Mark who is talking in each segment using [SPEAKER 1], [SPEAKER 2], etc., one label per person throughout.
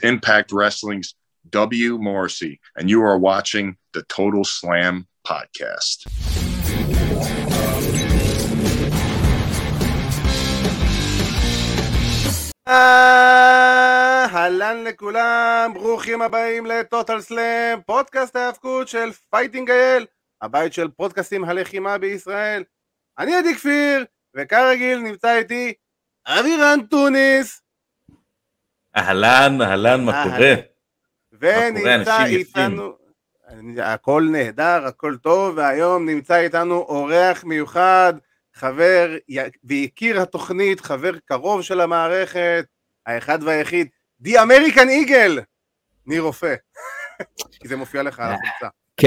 [SPEAKER 1] Impact Wrestling's W. Morrissey, and you are watching the Total Slam Podcast.
[SPEAKER 2] אהלן לכולם, ברוכים הבאים לטוטל סלאם, פודקאסט ההאבקות של פייטינג אייל, הבית של פודקאסטים הלחימה בישראל. אני עדי כפיר, וכרגיל נמצא איתי אבירן טוניס.
[SPEAKER 3] אהלן, מה קורה?
[SPEAKER 2] ונמצא איתנו, הכל נהדר, הכל טוב, והיום נמצא איתנו אורח מיוחד, חבר ויקיר התוכנית, חבר קרוב של המערכת, האחד והיחיד, The American Eagle, ניר רופא. כי זה מופיע לך על החולצה.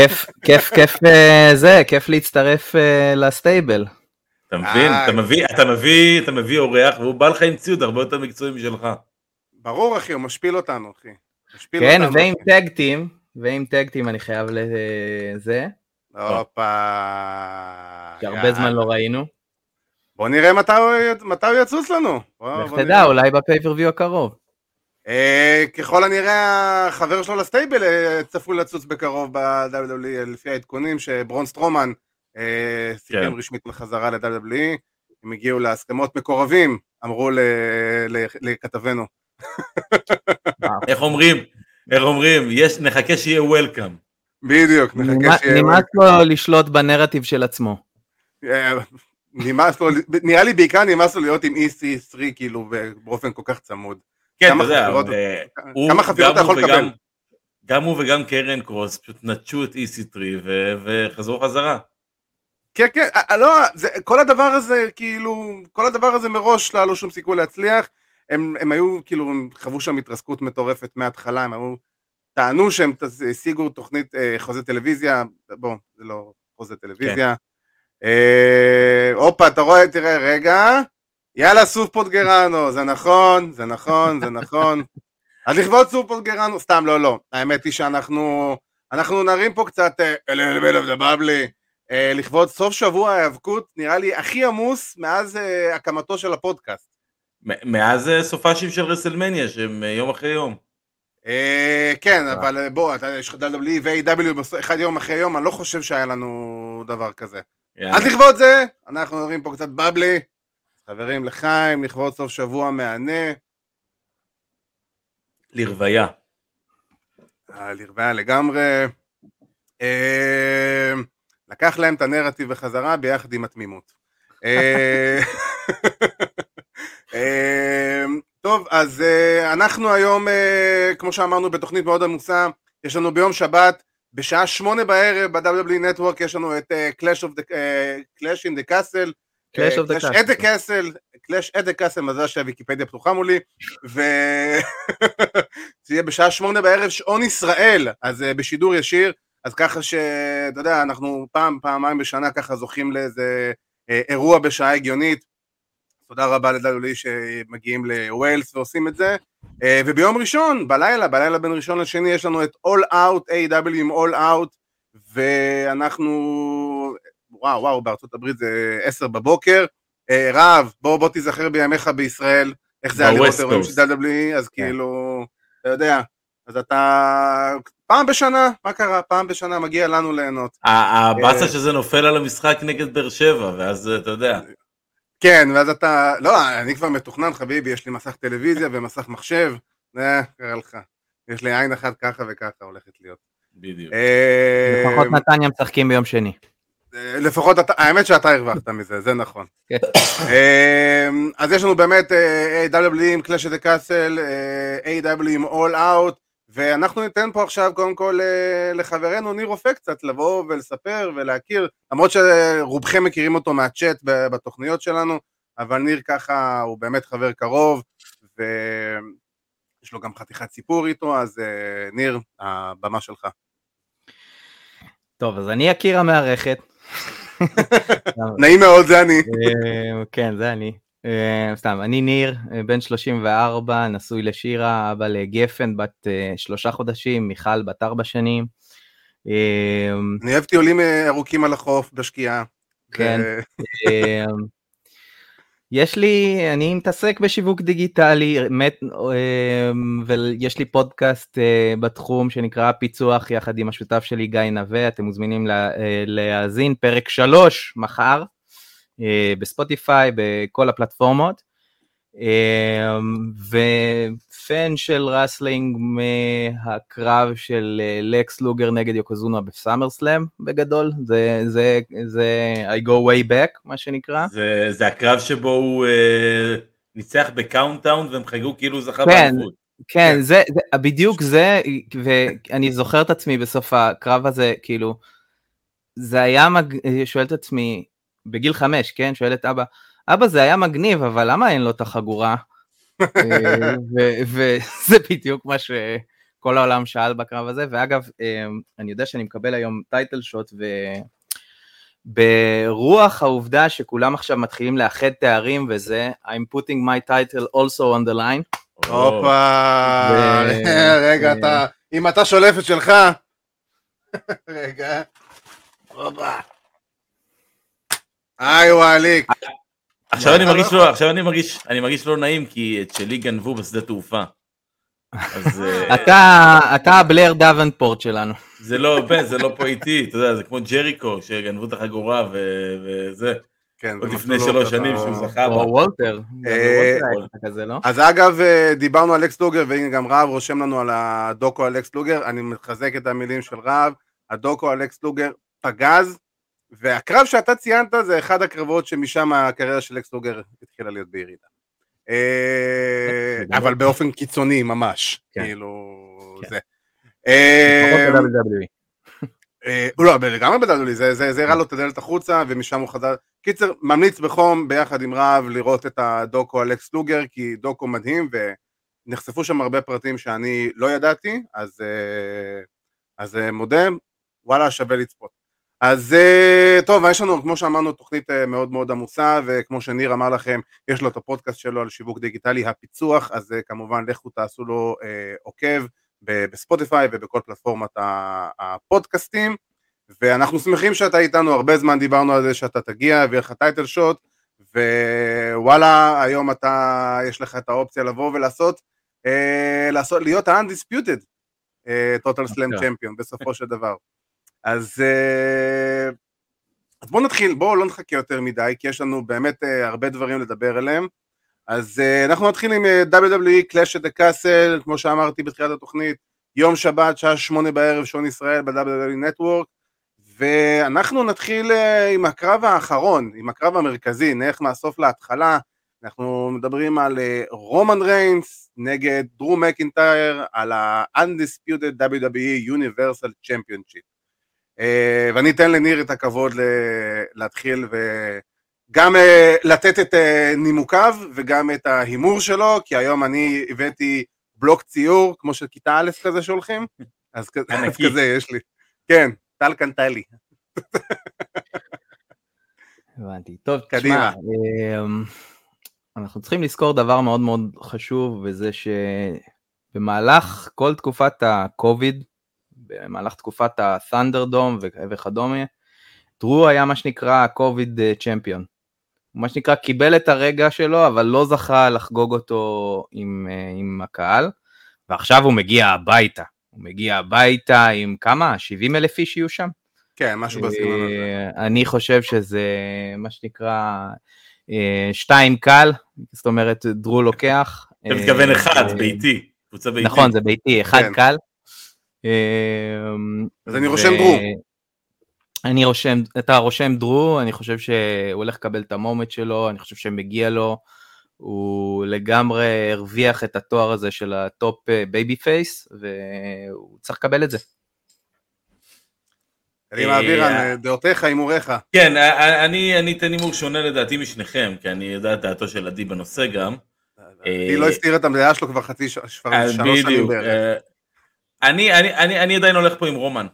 [SPEAKER 4] כיף להצטרף לסטייבל.
[SPEAKER 3] אתה מבין? אתה מביא אורח, והוא בא לך עם ציוד הרבה יותר מקצועי משלך.
[SPEAKER 2] ברור אחי, הוא משפיל אותנו אחי.
[SPEAKER 4] כן, ועם טאג-טים אני חייב לזה.
[SPEAKER 2] הופה.
[SPEAKER 4] שהרבה זמן לא ראינו.
[SPEAKER 2] בוא נראה מתי הוא יצוץ לנו.
[SPEAKER 4] לך תדע, אולי בפייפריוויו הקרוב.
[SPEAKER 2] ככל הנראה החבר שלו לסטייבל צפוי לצוץ בקרוב ב-WWE, לפי העדכונים שברון סטרומן סיכם רשמית לחזרה ל-WWE. הם הגיעו להסכמות מקורבים, אמרו לכתבנו.
[SPEAKER 3] איך אומרים, נחכה שיהיה וולקאם.
[SPEAKER 2] בדיוק, נחכה שיהיה וולקאם.
[SPEAKER 4] נמאס לו לשלוט בנרטיב של עצמו.
[SPEAKER 2] נראה לי בעיקר נמאס לו להיות עם EC3 כאילו באופן כל כך צמוד.
[SPEAKER 3] כן, אתה יודע,
[SPEAKER 2] כמה חפירות אתה יכול לקבל?
[SPEAKER 3] גם הוא וגם קרן קרוס פשוט נטשו את EC3 וחזרו חזרה.
[SPEAKER 2] כן, לא, כל הדבר הזה כאילו, כל הדבר הזה מראש לא היה לו שום סיכוי להצליח. הם היו כאילו, הם חוו שם התרסקות מטורפת מההתחלה, הם טענו שהם השיגו תוכנית חוזה טלוויזיה, בוא, זה לא חוזה טלוויזיה. הופה, אתה רואה, תראה, רגע, יאללה סופפוט גרנו, זה נכון. אז לכבוד סופפוט גרנו, סתם לא, האמת היא שאנחנו נרים פה קצת, לכבוד סוף שבוע ההאבקות, נראה לי הכי עמוס מאז הקמתו של הפודקאסט.
[SPEAKER 3] מאז סופאשים של רסלמניה, שהם יום אחרי יום.
[SPEAKER 2] כן, אבל בוא, יש לך WWE ו-AW אחד יום אחרי יום, אני לא חושב שהיה לנו דבר כזה. אז לכבוד זה, אנחנו נראים פה קצת בבלי, חברים לחיים, לכבוד סוף שבוע מענה.
[SPEAKER 3] לרוויה.
[SPEAKER 2] לרוויה לגמרי. לקח להם את הנרטיב בחזרה ביחד עם התמימות. טוב, אז אנחנו היום, כמו שאמרנו, בתוכנית מאוד עמוסה. יש לנו ביום שבת, בשעה 8 בערב, ב-WWE Network, יש לנו את Clash in the Castle, Clash at the Castle, מזל שהוויקיפדיה פתוחה מולי, וזה יהיה בשעה 8 בערב, שעון ישראל, אז בשידור ישיר, אז ככה שאתה יודע, אנחנו פעמיים בשנה ככה זוכים לאיזה אירוע בשעה הגיונית. תודה רבה לדלולי שמגיעים לווילס ועושים את זה. וביום ראשון, בלילה בין ראשון לשני, יש לנו את All Out, AW עם All Out, ואנחנו, וואו, בארצות הברית זה 10 בבוקר. רב, בוא תיזכר בימיך בישראל, איך זה היה לראות אירועים של WWE, אז כאילו, אתה יודע, אז אתה פעם בשנה, מה קרה? פעם בשנה מגיע לנו ליהנות.
[SPEAKER 3] הבאסה שזה נופל על המשחק נגד באר שבע, ואז אתה יודע.
[SPEAKER 2] כן, ואז אתה, לא, אני כבר מתוכנן חביבי, יש לי מסך טלוויזיה ומסך מחשב, קרא לך, יש לי עין אחת ככה וככה הולכת להיות.
[SPEAKER 3] בדיוק.
[SPEAKER 4] לפחות נתניה משחקים ביום שני.
[SPEAKER 2] לפחות, האמת שאתה הרווחת מזה, זה נכון. אז יש לנו באמת AW עם Clash at the Castle, AW עם All Out, ואנחנו ניתן פה עכשיו קודם כל לחברנו ניר רופא קצת לבוא ולספר ולהכיר, למרות שרובכם מכירים אותו מהצ'אט בתוכניות שלנו, אבל ניר ככה הוא באמת חבר קרוב, ויש לו גם חתיכת סיפור איתו, אז ניר, הבמה שלך.
[SPEAKER 4] טוב, אז אני אכיר המערכת.
[SPEAKER 2] נעים מאוד, זה אני.
[SPEAKER 4] כן, זה אני. סתם, אני ניר, בן 34, נשוי לשירה, אבא לגפן, בת 3 חודשים, מיכל בת 4 שנים.
[SPEAKER 2] אני אוהב טיולים ארוכים על החוף בשקיעה.
[SPEAKER 4] כן. אני מתעסק בשיווק דיגיטלי, ויש לי פודקאסט בתחום שנקרא פיצוח יחד עם השותף שלי גיא נווה, אתם מוזמנים להאזין, פרק 3 מחר, בספוטיפיי, בכל הפלטפורמות, ופן של רסלינג מהקרב של לקס לוגר נגד יוקוזונה בסאמר סלאם בגדול, זה I go way back מה שנקרא.
[SPEAKER 3] זה הקרב שבו הוא ניצח בקאונטאון והם חגגו כאילו זכה באליפות.
[SPEAKER 4] כן, זה בדיוק זה, ואני זוכר את עצמי בסוף הקרב הזה, כאילו, זה היה, שואל את עצמי, בגיל 5, כן, שואל את אבא זה היה מגניב, אבל למה אין לו את החגורה? וזה בדיוק מה שכל העולם שאל בקרב הזה, ואגב, אני יודע שאני מקבל היום טייטל שוט, ברוח העובדה שכולם עכשיו מתחילים לאחד תארים וזה, I'm putting my title also on the line.
[SPEAKER 2] הופה, רגע, אם אתה שולף את שלך, רגע, הופה. וואליק.
[SPEAKER 3] עכשיו אני מרגיש לא נעים, כי את שלי גנבו בשדה תעופה.
[SPEAKER 4] אתה בלר דוונפורט שלנו.
[SPEAKER 3] זה לא פה איתי, אתה יודע, זה כמו ג'ריקו, שגנבו את החגורה וזה. עוד לפני 3 שנים שהוא זכה בה.
[SPEAKER 4] או וולטר.
[SPEAKER 2] אז אגב, דיברנו על לקס לוגר, והנה גם רב רושם לנו על הדוקו על לקס לוגר, אני מחזק את המילים של רב, הדוקו על לקס לוגר פגז, והקרב שאתה ציינת זה אחד הקרבות שמשם הקריירה של לקס לוגר התחילה להיות בירידה. אבל באופן קיצוני ממש, כאילו זה. לא, לגמרי בדלדולי, זה הראה לו את הדלת החוצה, ומשם הוא חזר. קיצר, ממליץ בחום ביחד עם רב לראות את הדוקו על לקס לוגר, כי דוקו מדהים, ונחשפו שם הרבה פרטים שאני לא ידעתי, אז מודה, וואלה, שווה לצפות. אז טוב, יש לנו, כמו שאמרנו, תוכנית מאוד מאוד עמוסה, וכמו שניר אמר לכם, יש לו את הפודקאסט שלו על שיווק דיגיטלי, הפיצוח, אז כמובן לכו תעשו לו עוקב בספוטיפיי ובכל פלטפורמת הפודקאסטים, ואנחנו שמחים שאתה איתנו, הרבה זמן דיברנו על זה שאתה תגיע ויהיה לך טייטל שוט, ווואלה, היום יש לך את האופציה לבוא ולעשות, להיות ה-undisputed total slam champion בסופו של דבר. אז בואו נתחיל, בואו לא נחכה יותר מדי, כי יש לנו באמת הרבה דברים לדבר עליהם, אז אנחנו נתחיל עם WWE Clash at the Castle, כמו שאמרתי בתחילת התוכנית, יום שבת, שעה 8 בערב, שעון ישראל ב-WWE Network, ואנחנו נתחיל עם הקרב האחרון, עם הקרב המרכזי, נלך מהסוף להתחלה, אנחנו מדברים על רומן ריינס נגד דרו מקינטייר, על ה-Undisputed WWE Universal Championship. ואני אתן לניר את הכבוד להתחיל וגם לתת את נימוקיו וגם את ההימור שלו, כי היום אני הבאתי בלוק ציור כמו של כיתה א' כזה שהולכים, אז כזה יש לי. כן, טל קנטלי.
[SPEAKER 4] הבנתי. טוב, תשמע, אנחנו צריכים לזכור דבר מאוד מאוד חשוב, וזה שבמהלך כל תקופת הקוביד, במהלך תקופת ה-Thunderdome וכדומה, דרו היה מה שנקרא קוביד צ'מפיון. הוא מה שנקרא קיבל את הרגע שלו, אבל לא זכה לחגוג אותו עם הקהל, ועכשיו הוא מגיע הביתה. הוא מגיע הביתה עם כמה? 70,000 איש יהיו שם?
[SPEAKER 2] כן, משהו בסגנון הזה.
[SPEAKER 4] אני חושב שזה מה שנקרא 2 קל, זאת אומרת דרו לוקח.
[SPEAKER 3] אתה מתכוון אחד, ביתי.
[SPEAKER 4] נכון, זה ביתי, 1 קל.
[SPEAKER 2] אז אני רושם דרו.
[SPEAKER 4] אתה רושם דרו, אני חושב שהוא הולך לקבל את המומנט שלו, אני חושב שמגיע לו, הוא לגמרי הרוויח את התואר הזה של הטופ בייבי פייס, והוא צריך לקבל את זה.
[SPEAKER 2] אני מעביר על דעותיך, הימוריך.
[SPEAKER 3] כן, אני אתן הימור שונה לדעתי משניכם, כי אני יודע את דעתו של עדי בנושא גם.
[SPEAKER 2] היא לא הסתיר את המדעה שלו כבר 3 שנים בערך.
[SPEAKER 3] אני עדיין הולך פה עם רומן.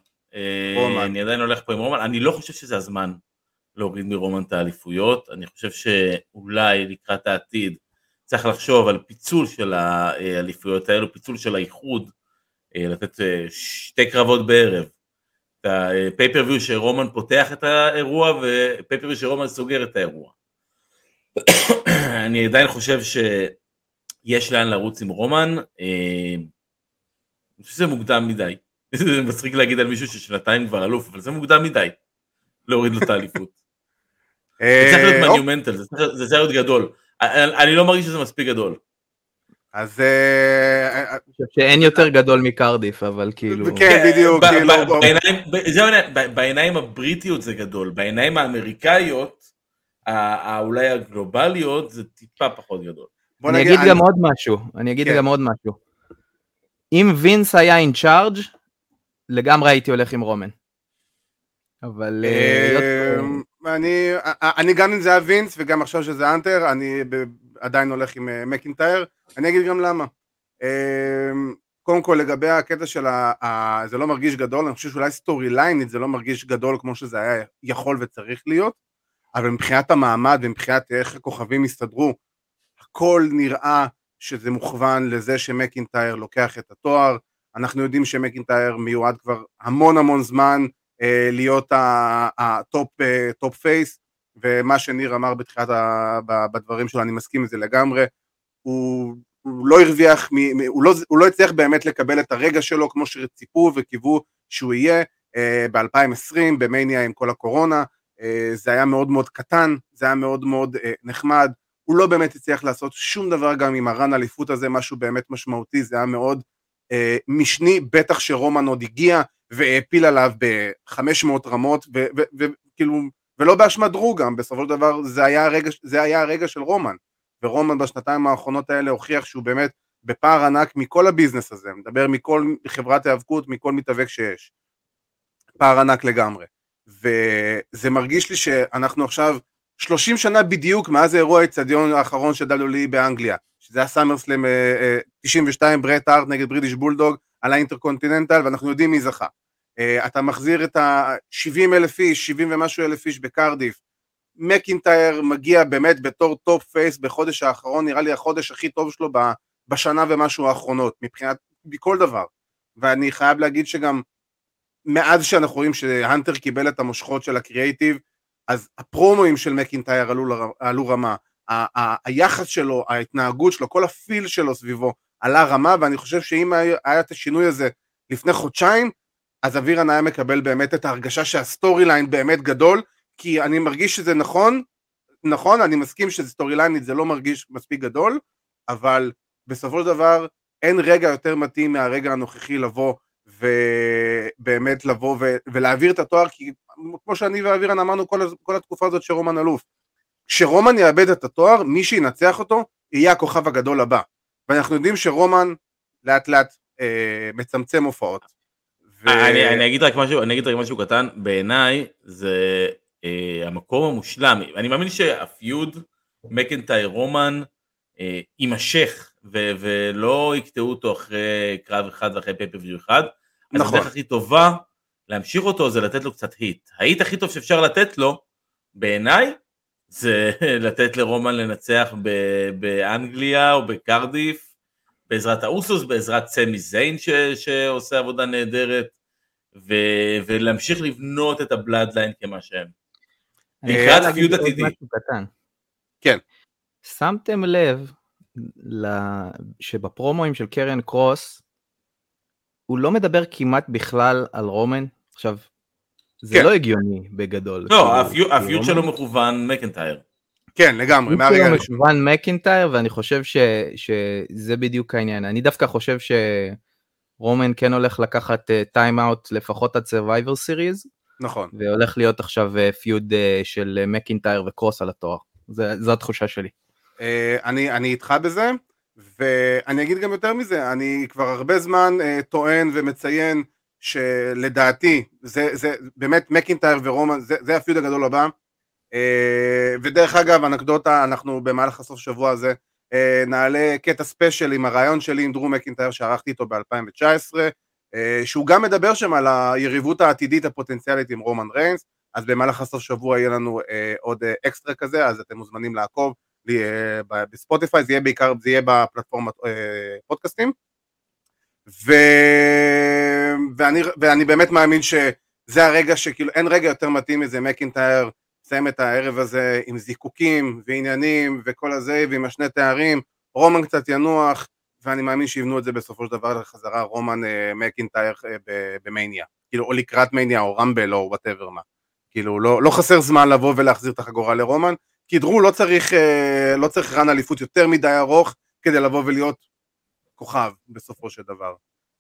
[SPEAKER 3] אני לא חושב שזה הזמן להוריד מרומן את האליפויות, אני חושב שאולי לקראת העתיד צריך לחשוב על פיצול של האליפויות האלו, פיצול של האיחוד, לתת 2 קרבות בערב, את הפייפריוויו שרומן פותח את האירוע, ופייפריוויו שרומן סוגר את האירוע. אני עדיין חושב שיש לאן לרוץ עם רומן, אני חושב שזה מוקדם מדי, זה מצחיק להגיד על מישהו ששנתיים כבר אלוף, אבל זה מוקדם מדי, להוריד לו את האליפות. זה צריך להיות מניומנטל, זה צריך להיות גדול, אני לא מרגיש שזה מספיק גדול.
[SPEAKER 2] אז
[SPEAKER 4] אני חושב שאין יותר גדול מקרדיף, אבל כאילו...
[SPEAKER 2] כן, בדיוק.
[SPEAKER 3] בעיניים הבריטיות זה גדול, בעיניים האמריקאיות, אולי הגלובליות, זה טיפה פחות גדול.
[SPEAKER 4] אני אגיד גם עוד משהו, אם וינס היה אין צ'ארג' לגמרי הייתי הולך עם רומן. אבל...
[SPEAKER 2] אני גם אם זה היה וינס, וגם עכשיו שזה אנטר, אני עדיין הולך עם מקינטייר, אני אגיד גם למה. קודם כל לגבי הקטע של זה לא מרגיש גדול, אני חושב שאולי סטורי ליינית זה לא מרגיש גדול כמו שזה היה יכול וצריך להיות, אבל מבחינת המעמד ומבחינת איך הכוכבים הסתדרו, הכל נראה שזה מוכוון לזה שמקינטייר לוקח את התואר, אנחנו יודעים שמקינטייר מיועד כבר המון זמן להיות הטופ פייס, ומה שניר אמר בתחילת בדברים שלו, אני מסכים לזה לגמרי, הוא לא הרוויח, הוא לא הצליח באמת לקבל את הרגע שלו כמו שציפו וקיוו שהוא יהיה ב-2020 במניה עם כל הקורונה, זה היה מאוד קטן, זה היה מאוד נחמד, הוא לא באמת הצליח לעשות שום דבר גם עם הרן אליפות הזה, משהו באמת משמעותי, זה היה מאוד משני, בטח שרומן עוד הגיע והפיל עליו ב-500 רמות, וכאילו, ולא באשמת דרו גם, בסופו של דבר זה היה הרגע של רומן, ורומן בשנתיים האחרונות האלה הוכיח שהוא באמת בפער ענק מכל הביזנס הזה, מדבר מכל חברת ההיאבקות, מכל מתאבק שיש, פער ענק לגמרי, וזה מרגיש לי שאנחנו עכשיו 30 שנה בדיוק מאז האירוע האצטדיון האחרון של WWE באנגליה, שזה היה סאמרסלאם 92 ברט הארט נגד בריטיש בולדוג על האינטרקונטיננטל, ואנחנו יודעים מי זכה. אתה מחזיר את ה-70,000 איש, 70 ומשהו אלף איש בקרדיף, מקינטייר מגיע באמת בתור טופ פייס בחודש האחרון, נראה לי החודש הכי טוב שלו בשנה ומשהו האחרונות, מבחינת בכל דבר, ואני חייב להגיד שגם מאז שאנחנו רואים שהנטר קיבל את המושכות של הקריאייטיב, אז הפרומואים של מקינטייר עלו רמה, היחס שלו, ההתנהגות שלו, כל הפיל שלו סביבו עלה רמה, ואני חושב שאם היה את השינוי הזה לפני חודשיים, אז אבירן היה מקבל באמת את ההרגשה שהסטורי ליין באמת גדול, כי אני מרגיש שזה נכון, אני מסכים שזה סטורי ליינית, זה לא מרגיש מספיק גדול, אבל בסופו של דבר אין רגע יותר מתאים מהרגע הנוכחי לבוא, ובאמת לבוא ולהעביר את התואר, כי כמו שאני ואבירן אמרנו כל התקופה הזאת שרומן אלוף, כשרומן יאבד את התואר, מי שינצח אותו יהיה הכוכב הגדול הבא, ואנחנו יודעים שרומן לאט לאט מצמצם הופעות.
[SPEAKER 3] אני אגיד רק משהו קטן, בעיניי זה המקום המושלם, אני מאמין שהפיוד מקינטייר רומן יימשך, ולא יקטעו אותו אחרי קרב אחד ואחרי פייפריוויו אחד, אז הדרך הכי טובה להמשיך אותו זה לתת לו קצת היט הכי טוב שאפשר לתת לו, בעיניי, זה לתת לרומן לנצח באנגליה או בקרדיף, בעזרת האוסוס, בעזרת סמי זיין שעושה עבודה נהדרת, ולהמשיך לבנות את הבלאדליין כמה שהם. לקראת פיוד עתידי.
[SPEAKER 2] כן.
[SPEAKER 4] שמתם לב שבפרומואים של קרן קרוס, הוא לא מדבר כמעט בכלל על רומן, עכשיו, זה לא הגיוני בגדול.
[SPEAKER 3] לא, הפיוד שלו מכוון מקינטייר.
[SPEAKER 2] כן, לגמרי,
[SPEAKER 4] מהרגע הראשון. מכוון מקינטייר, ואני חושב שזה בדיוק העניין. אני דווקא חושב שרומן כן הולך לקחת טיים אאוט לפחות עד Survivor Series.
[SPEAKER 2] נכון.
[SPEAKER 4] והולך להיות עכשיו פיוד של מקינטייר וקרוס על התואר. זו התחושה שלי.
[SPEAKER 2] אני איתך בזה, ואני אגיד גם יותר מזה, אני כבר הרבה זמן טוען ומציין שלדעתי, זה באמת מקינטייר ורומן, זה הפיוד הגדול הבא, ודרך אגב, אנקדוטה, אנחנו במהלך הסוף שבוע הזה, נעלה קטע ספיישל עם הרעיון שלי עם דרו מקינטייר שערכתי איתו ב-2019, שהוא גם מדבר שם על היריבות העתידית הפוטנציאלית עם רומן ריינס, אז במהלך הסוף שבוע יהיה לנו עוד אקסטרה כזה, אז אתם מוזמנים לעקוב בספוטיפיי, זה יהיה בפלטפורמת פודקאסטים, ואני באמת מאמין שזה הרגע שכאילו אין רגע יותר מתאים איזה מקינטייר נסיים את הערב הזה עם זיקוקים ועניינים וכל הזה, ועם השני תארים, רומן קצת ינוח, ואני מאמין שיבנו את זה בסופו של דבר לחזרה רומן מקינטייר במניה, כאילו או לקראת מניה או רמבל או whatever מה, כאילו לא חסר זמן לבוא ולהחזיר את החגורה לרומן, כי דרו לא צריך רן אליפות יותר מדי ארוך כדי לבוא ולהיות כוכב בסופו של דבר.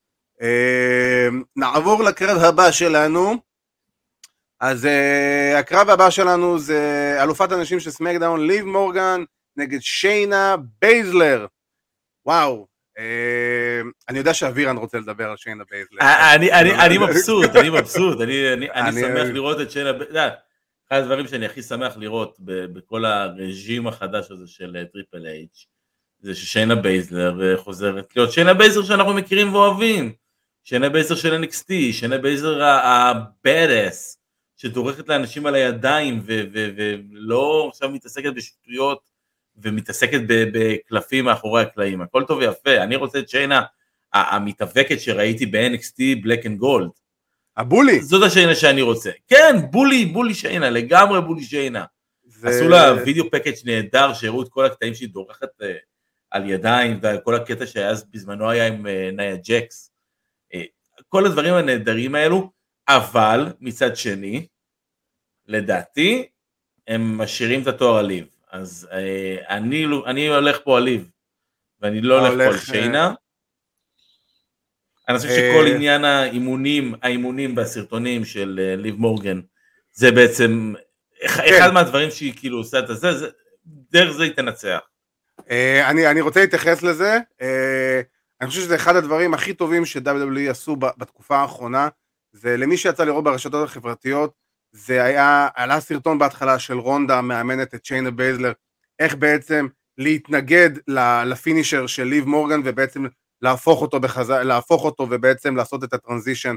[SPEAKER 2] נעבור לקרב הבא שלנו. אז הקרב הבא שלנו זה אלופת הנשים של סמקדאון, ליב מורגן נגד שיינה בייזלר. וואו, אני יודע שאבירן רוצה לדבר על שיינה בייזלר.
[SPEAKER 3] אני מבסוט, אני שמח לראות את שיינה בייזלר. אחד הדברים שאני הכי שמח לראות בכל הרג'ים החדש הזה של טריפל אייץ' זה ששיינה בייזלר חוזרת להיות שיינה בייזלר שאנחנו מכירים ואוהבים, שיינה בייזלר של NXT, שיינה בייזלר הבאדס שדורכת לאנשים על הידיים ולא עכשיו מתעסקת בשטויות ומתעסקת בקלפים מאחורי הקלעים. הכל טוב ויפה, אני רוצה את שיינה המתאבקת שראיתי ב-NXT Black and Gold,
[SPEAKER 2] הבולי,
[SPEAKER 3] זאת השיינה שאני רוצה. כן, בולי שיינה, לגמרי בולי שיינה. עשו לה וידאו פקאג' נהדר שהראו את כל הקטעים שהיא דורכת על ידיים, וכל הקטע שהיה בזמנו היה עם נאיה ג'קס, כל הדברים הנהדרים האלו, אבל מצד שני, לדעתי, הם משאירים את התואר על ליב. אז אני הולך פה על ליב, ואני לא הולך פה על שיינה. אני חושב שכל עניין האימונים בסרטונים של ליב מורגן, זה בעצם אחד מהדברים שהיא כאילו עושה את זה, דרך זה היא תנצח.
[SPEAKER 2] אני רוצה להתייחס לזה, אני חושב שזה אחד הדברים הכי טובים ש-WWE עשו בתקופה האחרונה, זה למי שיצא לראות ברשתות החברתיות, זה עלה סרטון בהתחלה של רונדה מאמנת את שיינה בייזלר, איך בעצם להתנגד לפינישר של ליב מורגן, ובעצם להפוך אותו ובעצם לעשות את הטרנזישן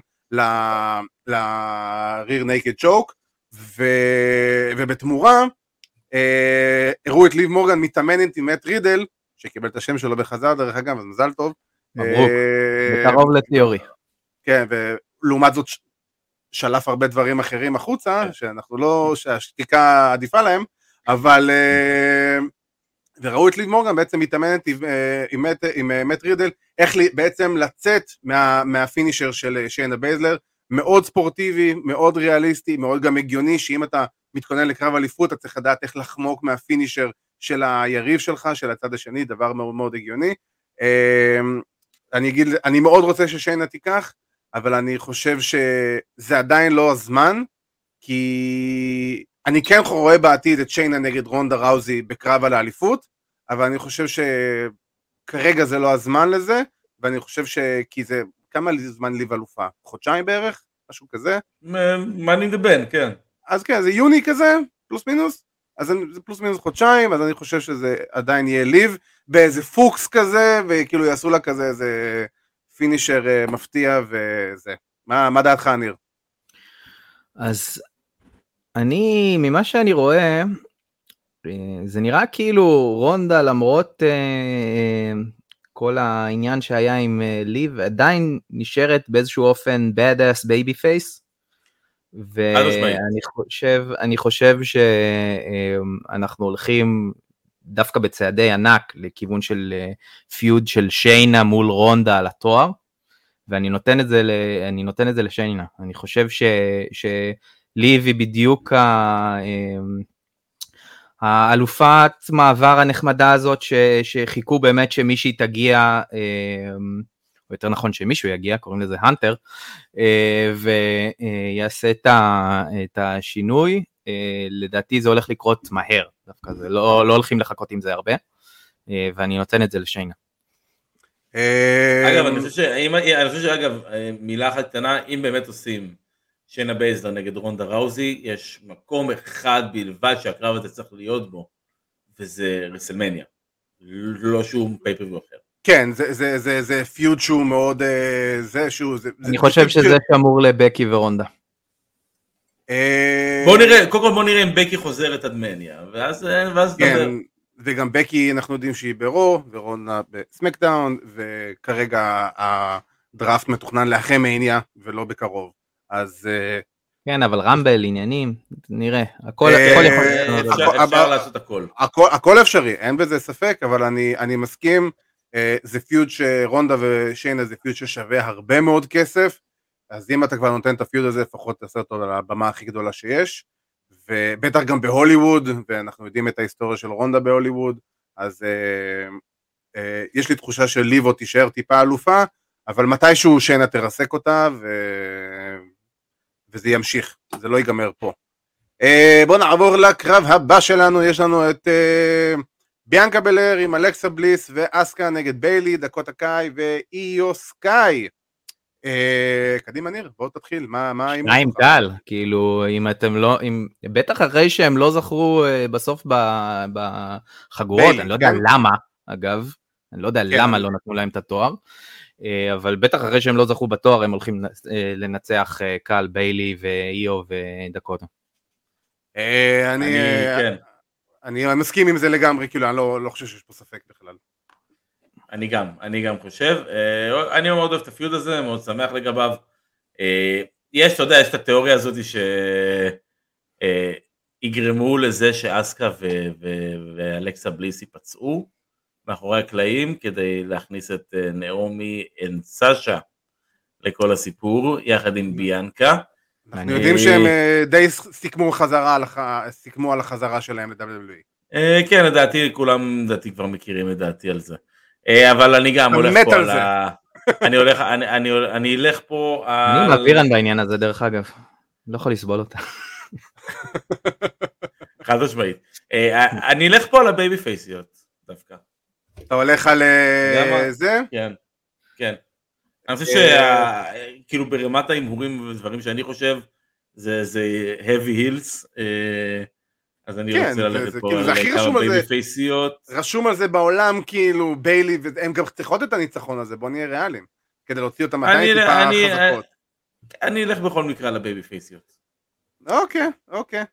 [SPEAKER 2] ל-rear naked choke, ובתמורה, הראו את ליב מורגן מתאמנת עם מאט רידל, שקיבל את השם שלו בחזר דרך אגב, אז מזל טוב.
[SPEAKER 4] מברוק, בקרוב לתיאורי.
[SPEAKER 2] כן, ולעומת זאת שלף הרבה דברים אחרים החוצה, שאנחנו לא, שהשתיקה עדיפה להם, אבל, וראו את ליב מורגן בעצם מתאמנת עם מאט רידל, איך בעצם לצאת מהפינישר של שיינה בייזלר, מאוד ספורטיבי, מאוד ריאליסטי, מאוד גם הגיוני, שאם אתה מתכונן לקרב אליפות, אתה צריך לדעת איך לחמוק מהפינישר של היריב שלך, של הצד השני, דבר מאוד מאוד הגיוני. אני מאוד רוצה ששיינה תיקח, אבל אני חושב שזה עדיין לא הזמן, כי אני כן רואה בעתיד את שיינה נגד רונדה ראוזי בקרב על האליפות, אבל אני חושב שכרגע זה לא הזמן לזה, ואני חושב כי זה, כמה זמן ליב אלופה? חודשיים בערך? משהו כזה?
[SPEAKER 3] money in the bank, כן.
[SPEAKER 2] אז כן, זה יוני כזה, פלוס מינוס, אז זה פלוס מינוס חודשיים, אז אני חושב שזה עדיין יהיה ליב, באיזה פוקס כזה, וכאילו יעשו לה כזה איזה פינישר מפתיע וזה. מה דעתך, ניר?
[SPEAKER 4] אז ממה שאני רואה, זה נראה כאילו רונדה, למרות כל העניין שהיה עם ליב, עדיין נשארת באיזשהו אופן badass baby face, ואני חושב שאנחנו הולכים דווקא בצעדי ענק לכיוון של פיוד של שיינה מול רונדה על התואר, ואני נותן את זה לשיינה. אני חושב שליב היא בדיוק האלופת מעבר הנחמדה הזאת שחיכו באמת שמישהי תגיע, או יותר נכון שמישהו יגיע, קוראים לזה הנטר, ויעשה את השינוי. לדעתי זה הולך לקרות מהר, דווקא זה לא הולכים לחכות עם זה הרבה, ואני נותן את זה לשיינה.
[SPEAKER 3] אגב, אני חושב שאגב, מילה אחת קטנה, אם באמת עושים שיינה בייזלר נגד רונדה ראוזי, יש מקום אחד בלבד שהקרב הזה צריך להיות בו, וזה רסלמניה, לא שום פייפריוויו אחר.
[SPEAKER 2] כן, זה פיוד שהוא מאוד,
[SPEAKER 4] אני חושב שזה שמור לבקי ורונדה.
[SPEAKER 3] בוא נראה אם בקי חוזרת עד מניה, ואז
[SPEAKER 2] כן, וגם בקי אנחנו יודעים שהיא ברו, ורונדה בסמקדאון, וכרגע הדראפט מתוכנן לאחרי מניה, ולא בקרוב. אז
[SPEAKER 4] כן, אבל רמבל, עניינים, נראה, הכל יכול להיות.
[SPEAKER 3] אפשר לעשות הכל.
[SPEAKER 2] הכל אפשרי, אין בזה ספק, אבל אני מסכים, זה פיוד שרונדה ושיינה זה פיוד ששווה הרבה מאוד כסף, אז אם אתה כבר נותן את הפיוד הזה, לפחות תעשה אותו על הבמה הכי גדולה שיש, ובטח גם בהוליווד, ואנחנו יודעים את ההיסטוריה של רונדה בהוליווד, אז יש לי תחושה של ליבו תישאר טיפה אלופה, אבל מתישהו שיינה תרסק אותה, וזה ימשיך, זה לא ייגמר פה. בואו נעבור לקרב הבא שלנו, יש לנו את ביאנקה בלר עם אלכסה בליס ואסקה נגד ביילי, דקוטה קאי ואיו סקאי. קדימה ניר, בואו תתחיל, מה
[SPEAKER 4] שניים קל, כאילו אם אתם לא, בטח אחרי שהם לא זכרו בסוף בחגורות, אני לא יודע למה, אגב, אני לא יודע למה לא נתנו להם את התואר, אבל בטח אחרי שהם לא זכו בתואר, הם הולכים לנצח קל, ביילי ואיו ודקוטה.
[SPEAKER 2] אני מסכים עם זה לגמרי, כאילו אני לא חושב שיש פה ספק בכלל.
[SPEAKER 3] אני גם חושב, אני מאוד אוהב את הפיוד הזה, מאוד שמח לגביו. יש, אתה יודע, יש את התיאוריה הזאת שיגרמו לזה שאסקה ואלכסה בליס ייפצעו מאחורי הקלעים, כדי להכניס את נעמי וסשה לכל הסיפור, יחד עם ביאנקה.
[SPEAKER 2] אנחנו יודעים שהם די סיכמו על החזרה שלהם ל-WWE.
[SPEAKER 3] כן, לדעתי, כולם לדעתי כבר מכירים את דעתי על זה. אבל אני גם הולך פה על ה... אני אלך פה על...
[SPEAKER 4] אני מעבירן בעניין הזה, דרך אגב. לא יכול לסבול אותה.
[SPEAKER 3] חד משמעית. אני אלך פה על הבייבי פייסיות, דווקא.
[SPEAKER 2] אתה הולך על זה?
[SPEAKER 3] כן, כן. אני חושב שכאילו ברמת ההימורים ודברים שאני חושב, זה heavy heels, אז אני רוצה ללכת פה על כמה בייבי פייסיות.
[SPEAKER 2] רשום על זה בעולם כאילו ביילי, והם גם צריכות את הניצחון הזה, בוא נהיה ריאליים, כדי להוציא אותם עדיין טיפה חזקות.
[SPEAKER 3] אני אלך בכל מקרה על הבייבי פייסיות.
[SPEAKER 2] אוקיי.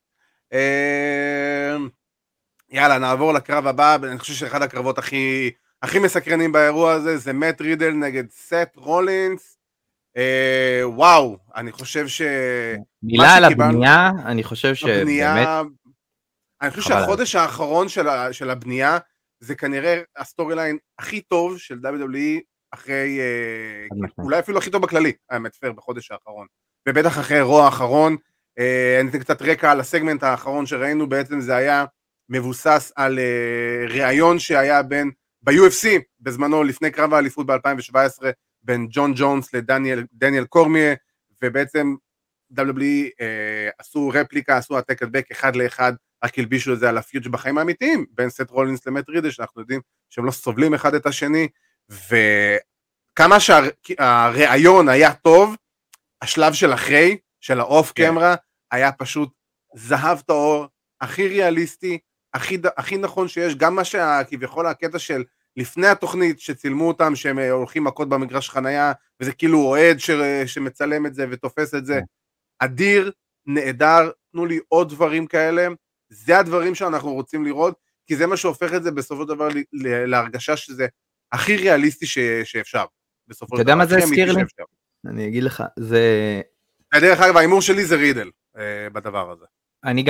[SPEAKER 2] יאללה, נעבור לקרב הבא, אני חושב שאחד הקרבות הכי מסקרנים באירוע הזה, זה מאט רידל נגד סט רולינס. וואו, אני חושב
[SPEAKER 4] מילה על הבנייה, אני חושב שבאמת...
[SPEAKER 2] אני חושב שהחודש האחרון של הבנייה, זה כנראה הסטורי ליין הכי טוב של WWE, אחרי, אולי אפילו הכי טוב בכללי, האמת פייר, בחודש האחרון. ובטח אחרי אירוע האחרון, אני אתן קצת רקע על הסגמנט האחרון שראינו, בעצם זה היה מבוסס על ראיון שהיה ב-UFC, בזמנו לפני קרב האליפות ב-2017, בין ג'ון ג'ונס לדניאל קורמיה, ובעצם WWE עשו רפליקה, עשו העתק הדבק אחד לאחד, רק הלבישו את זה על הפיוט בחיים האמיתיים, בין סט רולינס למאט רידל, שאנחנו יודעים שהם לא סובלים אחד את השני, וכמה שהראיון היה טוב, השלב של אחרי, של האוף קמרה, היה פשוט זהב טהור, הכי ריאליסטי, הכי נכון שיש, גם מה שכביכול הקטע של לפני התוכנית שצילמו אותם, שהם הולכים מכות במגרש חנייה, וזה כאילו אוהד שמצלם את זה ותופס את זה, אדיר, נהדר, תנו לי עוד דברים כאלה, זה הדברים שאנחנו רוצים לראות, כי זה מה שהופך את זה בסופו של דבר להרגשה שזה הכי ריאליסטי שאפשר.
[SPEAKER 4] אתה יודע מה זה הזכיר לי? אני אגיד לך, זה...
[SPEAKER 2] דרך אגב, האימור שלי זה רידל בדבר הזה.
[SPEAKER 4] אני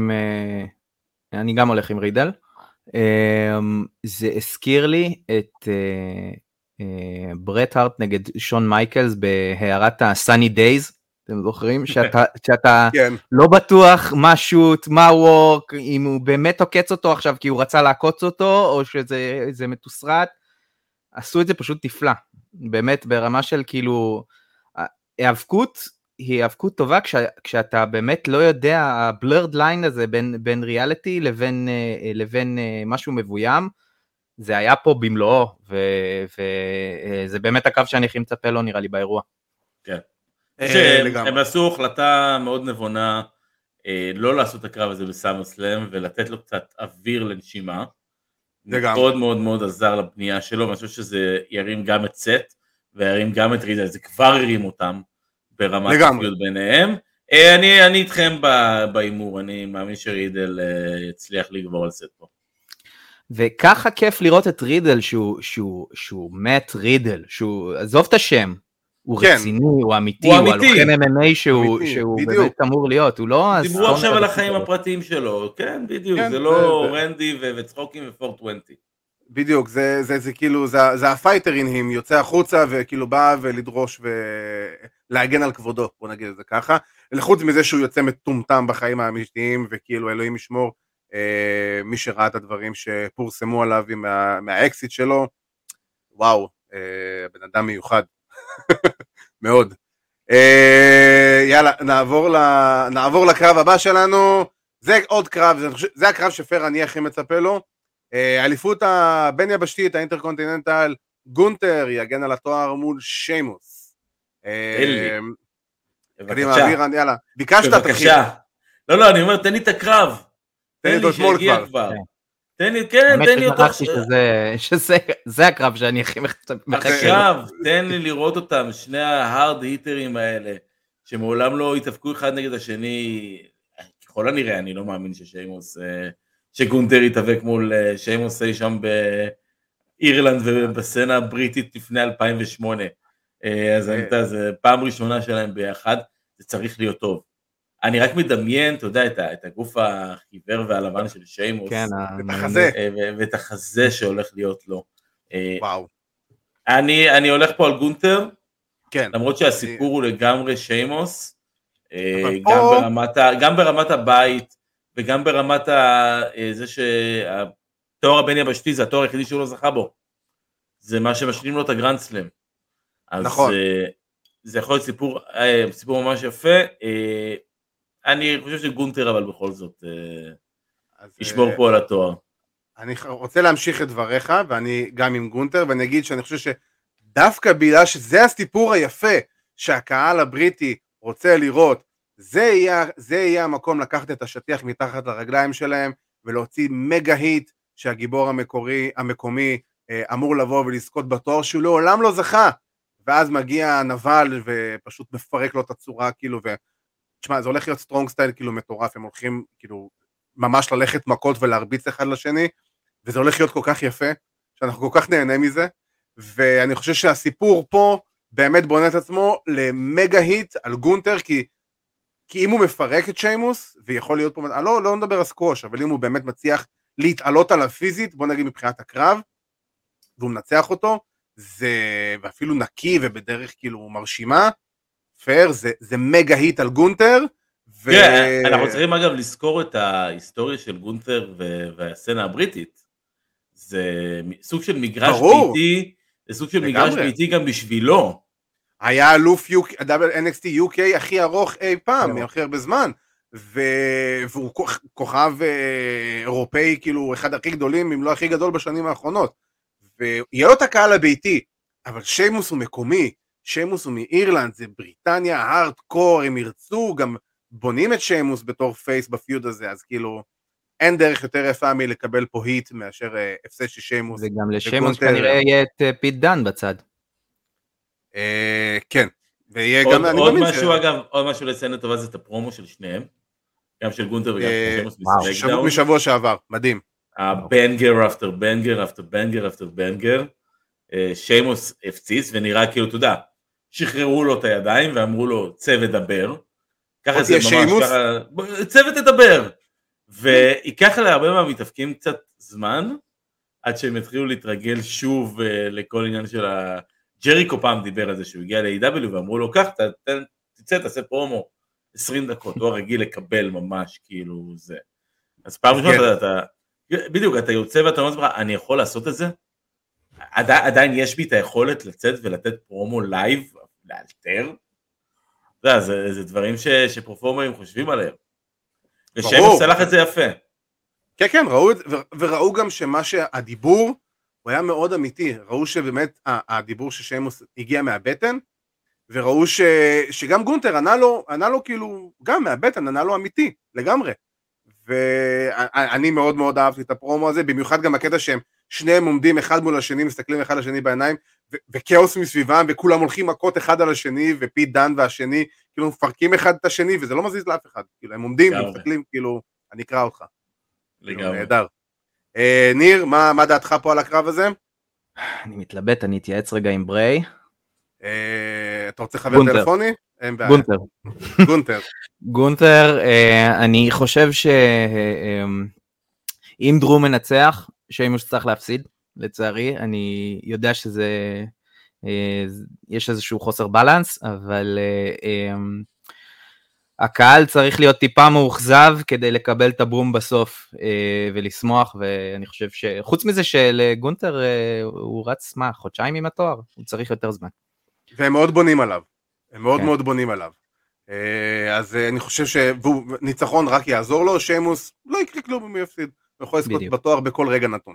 [SPEAKER 4] גם הולך עם רידל. זה הזכיר לי את ברט הארט נגד שון מייקלס בהערת ה-Sunny Days, אתם זוכרים? שאתה לא בטוח מה שוט, מה וורק, אם הוא באמת עוקץ אותו עכשיו כי הוא רצה לעקוץ אותו, או שזה מתוסרט, עשו את זה פשוט תפלה, באמת ברמה של כאילו, ההאבקות היא האבקות טובה, כשאתה באמת לא יודע, הבלרד ליין הזה בין ריאליטי לבין משהו מבוים, זה היה פה במלואו, וזה באמת הקו שאני הכי מצפה לו נראה לי באירוע. כן.
[SPEAKER 3] הם עשו החלטה מאוד נבונה, לא לעשות את הקרב הזה בסאמרסלאם, ולתת לו קצת אוויר לנשימה, מאוד מאוד מאוד עזר לבנייה שלו, ואני חושב שזה ירים גם את סט, וירים גם את רידל, זה כבר ירים אותם, ברמת הפיות ביניהם. אני איתכם באימור, אני מאמין שרידל יצליח לגבור על סט פה.
[SPEAKER 4] וככה כיף לראות את רידל, שהוא מאט רידל, עזוב את השם, הוא
[SPEAKER 2] כן.
[SPEAKER 4] רציני, הוא אמיתי,
[SPEAKER 3] הוא
[SPEAKER 4] הוא
[SPEAKER 3] אמיתי.
[SPEAKER 4] הלוחם MMA שהוא
[SPEAKER 2] בדיוק.
[SPEAKER 4] באמת אמור להיות, הוא לא...
[SPEAKER 3] דיברו
[SPEAKER 4] הסטונר
[SPEAKER 3] עכשיו על
[SPEAKER 4] הדתי
[SPEAKER 3] החיים
[SPEAKER 4] שלו.
[SPEAKER 3] הפרטיים שלו, כן, בדיוק,
[SPEAKER 2] כן,
[SPEAKER 3] זה לא
[SPEAKER 2] זה-
[SPEAKER 3] רנדי וצחוקים ו-420.
[SPEAKER 2] בדיוק, זה כאילו, זה הפייטר אין, יוצא החוצה וכאילו בא ולדרוש ולהגן על כבודו, בוא נגיד את זה ככה. לחוץ מזה שהוא יוצא מטומטם בחיים האמיתיים, וכאילו אלוהים ישמור, מי שראה את הדברים שפורסמו עליו מהאקסיט שלו, וואו, בן אדם מיוחד, מאוד. יאללה, נעבור לקרב הבא שלנו, זה עוד קרב, זה הקרב שפר אני הכי מצפה לו, אליפות הבין יבשתית, האינטרקונטיננטל, גונטר יגן על התואר מול שיימוס. קדימה, אבירן, יאללה, ביקשת, תתחיל.
[SPEAKER 3] בבקשה. לא, אני אומר, תן לי את הקרב. תן לי שיגיע כבר. תן לי, כן, תן לי אותו.
[SPEAKER 4] האמת שזה הקרב שאני הכי מחכה.
[SPEAKER 3] עכשיו, תן לי לראות אותם, שני ההארד היטרים האלה, שמעולם לא התאבקו אחד נגד השני, ככל הנראה, אני לא מאמין שגונטר יתאבק מול שיימוס אי שם באירלנד ובסצנה הבריטית לפני 2008. אז זה פעם ראשונה שלהם ביחד, זה צריך להיות טוב. אני רק מדמיין, אתה יודע, את הגוף החיוור והלבן של שיימוס, ואת החזה שהולך להיות לו.
[SPEAKER 2] וואו.
[SPEAKER 3] אני הולך פה על גונטר,
[SPEAKER 2] כן.
[SPEAKER 3] למרות שהסיפור הוא לגמרי שיימוס, גם ברמת הבית, וגם ברמת זה שהתואר הבין יבשתי זה התואר היחידי שהוא לא זכה בו, זה מה שמשלים לו את הגרנד סלאם.
[SPEAKER 2] נכון.
[SPEAKER 3] זה יכול להיות סיפור ממש יפה, אני חושב שגונטר אבל בכל זאת ישמור פה על התואר.
[SPEAKER 2] אני רוצה להמשיך את דבריך, ואני גם עם גונטר, ואני אגיד שאני חושב שדווקא בגלל שזה הסיפור היפה שהקהל הבריטי רוצה לראות, זה יהיה המקום לקחת את השטיח מתחת לרגליים שלהם, ולהוציא מגה היט שהגיבור המקומי אמור לבוא ולזכות בתואר שהוא לעולם לא זכה, ואז מגיע נבל ופשוט מפרק לו את הצורה, כאילו, תשמע, זה הולך להיות סטרונג סטייל כאילו מטורף, הם הולכים כאילו ממש ללכת מכות ולהרביץ אחד לשני, וזה הולך להיות כל כך יפה, שאנחנו כל כך נהנה מזה, ואני חושב שהסיפור פה באמת בונה את עצמו למגה היט על גונטר, כי אם הוא מפרק את שיימוס, ויכול להיות פה, לא נדבר על סקווש, אבל אם הוא באמת מצליח להתעלות עליו פיזית, בוא נגיד מבחינת הקרב, והוא מנצח אותו, זה ואפילו נקי ובדרך כאילו מרשימה, פייר, זה מגה היט על גונטר.
[SPEAKER 3] כן, אנחנו צריכים אגב לזכור את ההיסטוריה של גונטר והסצנה הבריטית, זה סוג של מגרש ביתי, זה סוג של מגרש ביתי גם בשבילו.
[SPEAKER 2] היה אלוף NXT UK הכי ארוך אי פעם, הכי הרבה זמן, והוא כוכב אירופאי, כאילו אחד הכי גדולים, אם לא הכי גדול בשנים האחרונות, ויהיה לו את הקהל הביתי, אבל שיימוס הוא מקומי, שיימוס הוא מאירלנד, זה בריטניה, הארדקור, הם ירצו, גם בונים את שיימוס בתור פייס בפיוד הזה, אז כאילו, אין דרך יותר יפה מלקבל פה היט מאשר הפסד של שיימוס.
[SPEAKER 4] וגם לשיימוס כנראה יהיה את פיט דן בצד.
[SPEAKER 2] כן, ויהיה
[SPEAKER 3] גם,
[SPEAKER 2] אני
[SPEAKER 3] עוד משהו אגב, עוד משהו לציין לטובה זה את הפרומו של שניהם, גם של גונטר וגם של שיימוס מסמקדאון.
[SPEAKER 2] משבוע שעבר, מדהים.
[SPEAKER 3] הבנגר אפטר בנגר אפטר בנגר אפטר בנגר, שיימוס הפציץ ונראה כאילו, אתה יודע, שחררו לו את הידיים ואמרו לו צא ודבר, ככה זה ממש ככה, צא ותדבר, ויקח להרבה מהמתאבקים קצת זמן, עד שהם יתחילו להתרגל שוב לכל עניין של ג'ריקו פעם דיבר על זה שהוא הגיע ל-AW ואמרו לו, כך, תצא, תעשה פרומו 20 דקות, הוא הרגיל לקבל ממש כאילו זה. אז פעם ראשונה אתה, בדיוק, אתה יוצא ואתה אומר, אני יכול לעשות את זה? עדיין יש בי את היכולת לצאת ולתת פרומו לייב, לאלתר? זה דברים שפרופורמרים חושבים עליהם. ושיימוס צלח את זה יפה.
[SPEAKER 2] כן, וראו גם שמה שהדיבור, הוא היה מאוד אמיתי, ראו שבאמת הדיבור של שיימוס הגיע מהבטן, וראו שגם גונטר ענה לו כאילו, גם מהבטן ענה לו אמיתי, לגמרי. ואני מאוד מאוד אהבתי את הפרומו הזה, במיוחד גם הקטע שהם שניהם עומדים אחד מול השני, מסתכלים אחד לשני בעיניים, וכאוס מסביבם, וכולם הולכים מכות אחד על השני, ופיט דן והשני, כאילו מפרקים אחד את השני, וזה לא מזיז לאף אחד, כאילו הם עומדים ומסתכלים, כאילו, אני אקרא אותך.
[SPEAKER 3] לגמרי.
[SPEAKER 2] נהדר. ניר, מה דעתך פה על הקרב הזה?
[SPEAKER 4] אני מתלבט, אני אתייעץ רגע עם בריי.
[SPEAKER 2] אתה רוצה חבר טלפוני?
[SPEAKER 4] גונטר, אני חושב שאם דרו מנצח, שיימוס צריך להפסיד, לצערי, אני יודע שזה, יש איזשהו חוסר בלנס, אבל הקהל צריך להיות טיפה מאוכזב כדי לקבל את הברום בסוף ולשמוח, ואני חושב שחוץ מזה שלגונטר הוא רץ חודשיים עם התואר, הוא צריך יותר זמן.
[SPEAKER 2] והם מאוד בונים עליו, הם מאוד מאוד בונים עליו. אז אני חושב שניצחון רק יעזור לו, שיימוס לא יקרה כלום אם הוא יפסיד, הוא יכול לזכות בתואר בכל רגע נתון.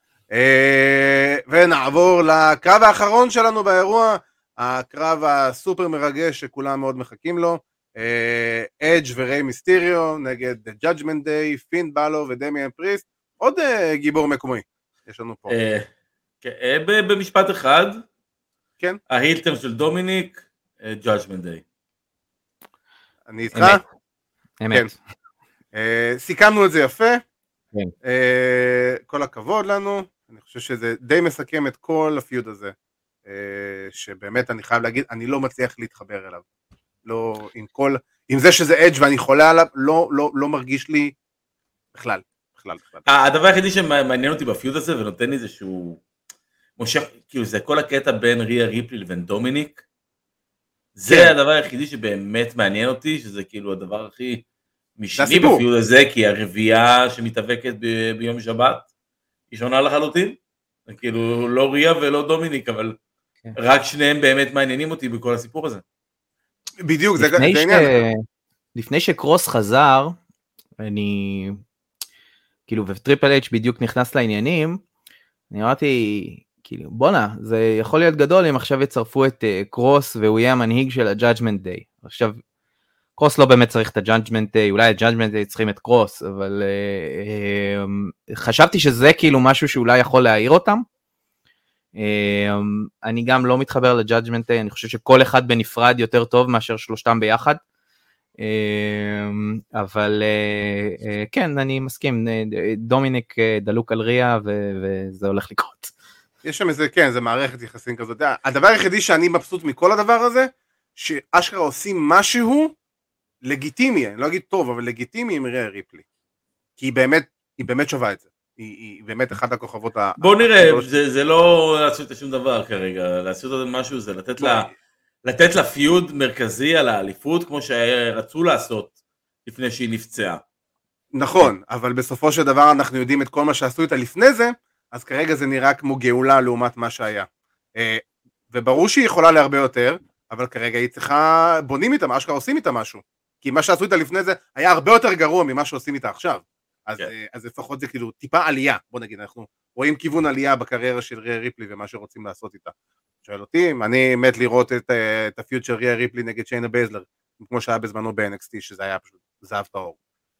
[SPEAKER 2] ונעבור לקרב האחרון שלנו באירוע, הקרב הסופר מרגש שכולם מאוד מחכים לו, אדג' וריי מיסטריו נגד Judgment Day, פין בלו ודמיאן פריסט, עוד גיבור מקומי יש לנו פה.
[SPEAKER 3] במשפט אחד,
[SPEAKER 2] כן.
[SPEAKER 3] ההילטר של דומיניק, Judgment Day.
[SPEAKER 2] אני איתך?
[SPEAKER 4] אמת.
[SPEAKER 2] סיכמנו את זה יפה,
[SPEAKER 4] כן.
[SPEAKER 2] כל הכבוד לנו, אני חושב שזה די מסכם את כל הפיוד הזה, שבאמת אני חייב להגיד, אני לא מצליח להתחבר אליו, לא, עם זה שזה אדג' ואני חולה עליו, לא מרגיש לי בכלל.
[SPEAKER 3] הדבר היחידי שמעניין אותי בפיוד הזה, ונותן לי איזשהו מושך, כאילו זה כל הקטע בין ריה ריפלי לבין דומיניק, זה הדבר היחידי שבאמת מעניין אותי, שזה כאילו הדבר הכי משני בפיוד הזה, כי הרביעה שמתאבקת ביום שבת, היא שונה לחלוטין, כאילו לא ריה ולא דומיניק, אבל רק שניהם באמת מעניינים אותי בכל הסיפור הזה.
[SPEAKER 2] בדיוק, זה עניין.
[SPEAKER 4] לפני שקרוס חזר, אני, כאילו, וטריפל אייץ' בדיוק נכנס לעניינים, אני אמרתי, כאילו, בונה, זה יכול להיות גדול אם עכשיו יצרפו את קרוס, והוא יהיה המנהיג של ה-Judgment Day. עכשיו, קרוס לא באמת צריך את ה-Judgment Day, אולי ה-Judgment Day צריכים את קרוס, אבל חשבתי שזה כאילו משהו שאולי יכול להעיר אותם. אני גם לא מתחבר ל-Judgment Day, אני חושב שכל אחד בנפרד יותר טוב מאשר שלושתם ביחד. אבל כן, אני מסכים, דומיניק דלוק על ריה, וזה הולך לקרות.
[SPEAKER 2] יש שם איזה, כן, זה מערכת יחסים כזאת. הדבר היחידי שאני מבסוט מכל הדבר הזה, שאשכרה עושים משהו לגיטימי, אני לא אגיד טוב, אבל לגיטימי עם ריה ריפלי. כי היא באמת שווה את זה. היא באמת אחת הכוכבות.
[SPEAKER 3] בוא נראה, זה לא לעשות שום דבר כרגע, לעשות משהו זה לתת לה פיוד מרכזי על האליפות, כמו שרצו לעשות לפני שהיא נפצעה.
[SPEAKER 2] נכון, אבל בסופו של דבר אנחנו יודעים את כל מה שעשו איתה לפני זה, אז כרגע זה נראה כמו גאולה לעומת מה שהיה. וברור שהיא יכולה להרבה יותר, אבל כרגע היא צריכה, בונים איתה, אשכרה עושים איתה משהו. כי מה שעשו איתה לפני זה היה הרבה יותר גרוע ממה שעושים איתה עכשיו. אז לפחות זה כאילו טיפה עלייה, בוא נגיד, אנחנו רואים כיוון עלייה בקריירה של ריה ריפלי ומה שרוצים לעשות איתה. שואל אותי, אני מת לראות את הפיוט של ריה ריפלי נגד שיינה בייזלר, כמו שהיה בזמנו ב-NXT, שזה היה פשוט זהב טהור.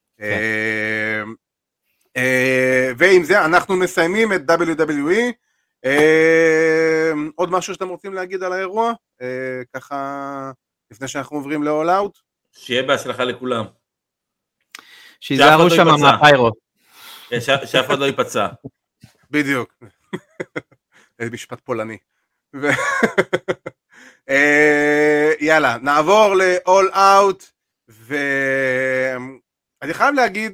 [SPEAKER 2] ועם זה אנחנו מסיימים את WWE. עוד משהו שאתם רוצים להגיד על האירוע? ככה, לפני שאנחנו עוברים ל-All Out?
[SPEAKER 3] שיהיה בהצלחה לכולם.
[SPEAKER 4] שיזהרו שם מהפיירו.
[SPEAKER 3] שאף אחד לא ייפצע.
[SPEAKER 2] בדיוק. משפט פולני. יאללה, נעבור ל-All Out, ואני חייב להגיד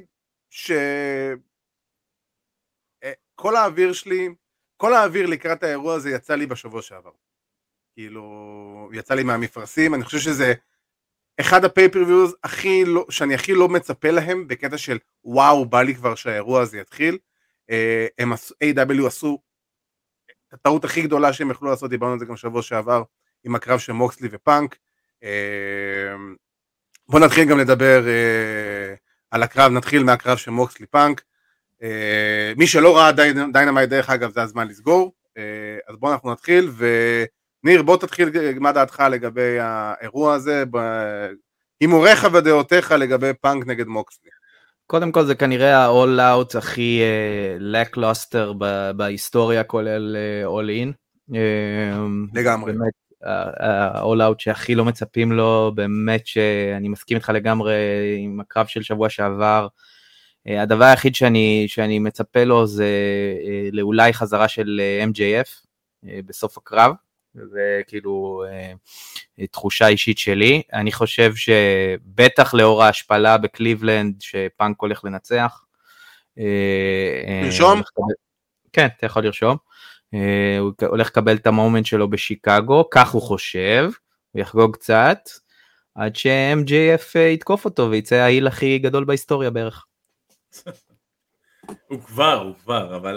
[SPEAKER 2] שכל האוויר שלי, כל האוויר לקראת האירוע הזה יצא לי בשבוע שעבר. כאילו, יצא לי מהמפרסים, אני חושב שזה אחד הפייפריוויוז שאני הכי לא מצפה להם, בקטע של וואו, בא לי כבר שהאירוע הזה יתחיל. A.W. עשו את הטעות הכי גדולה שהם יכלו לעשות, דיברנו על זה גם שבוע שעבר, עם הקרב של מוקסלי ופאנק. בואו נתחיל גם לדבר על הקרב, נתחיל מהקרב של מוקסלי פאנק. מי שלא ראה דיינמייט דרך אגב, זה הזמן לסגור. אז בואו אנחנו נתחיל, וניר, בוא תתחיל מה דעתך לגבי האירוע הזה, הימוריך ודעותיך לגבי פאנק נגד מוקסלי.
[SPEAKER 4] קודם כל זה כנראה ה-all out הכי lackluster בהיסטוריה, כולל all in.
[SPEAKER 2] לגמרי.
[SPEAKER 4] באמת, ה-all out שהכי לא מצפים לו, באמת שאני מסכים איתך לגמרי עם הקרב של שבוע שעבר. הדבר היחיד שאני מצפה לו זה לאולי חזרה של MJF בסוף הקרב. זה כאילו תחושה אישית שלי. אני חושב שבטח לאור ההשפלה בקליבלנד, שפאנק הולך לנצח.
[SPEAKER 2] לרשום?
[SPEAKER 4] כן, אתה יכול לרשום. הוא הולך לקבל את המומנט שלו בשיקגו, כך הוא חושב, הוא יחגוג קצת, עד ש-MJF יתקוף אותו, ויצא העיל הכי גדול בהיסטוריה בערך.
[SPEAKER 3] הוא כבר, אבל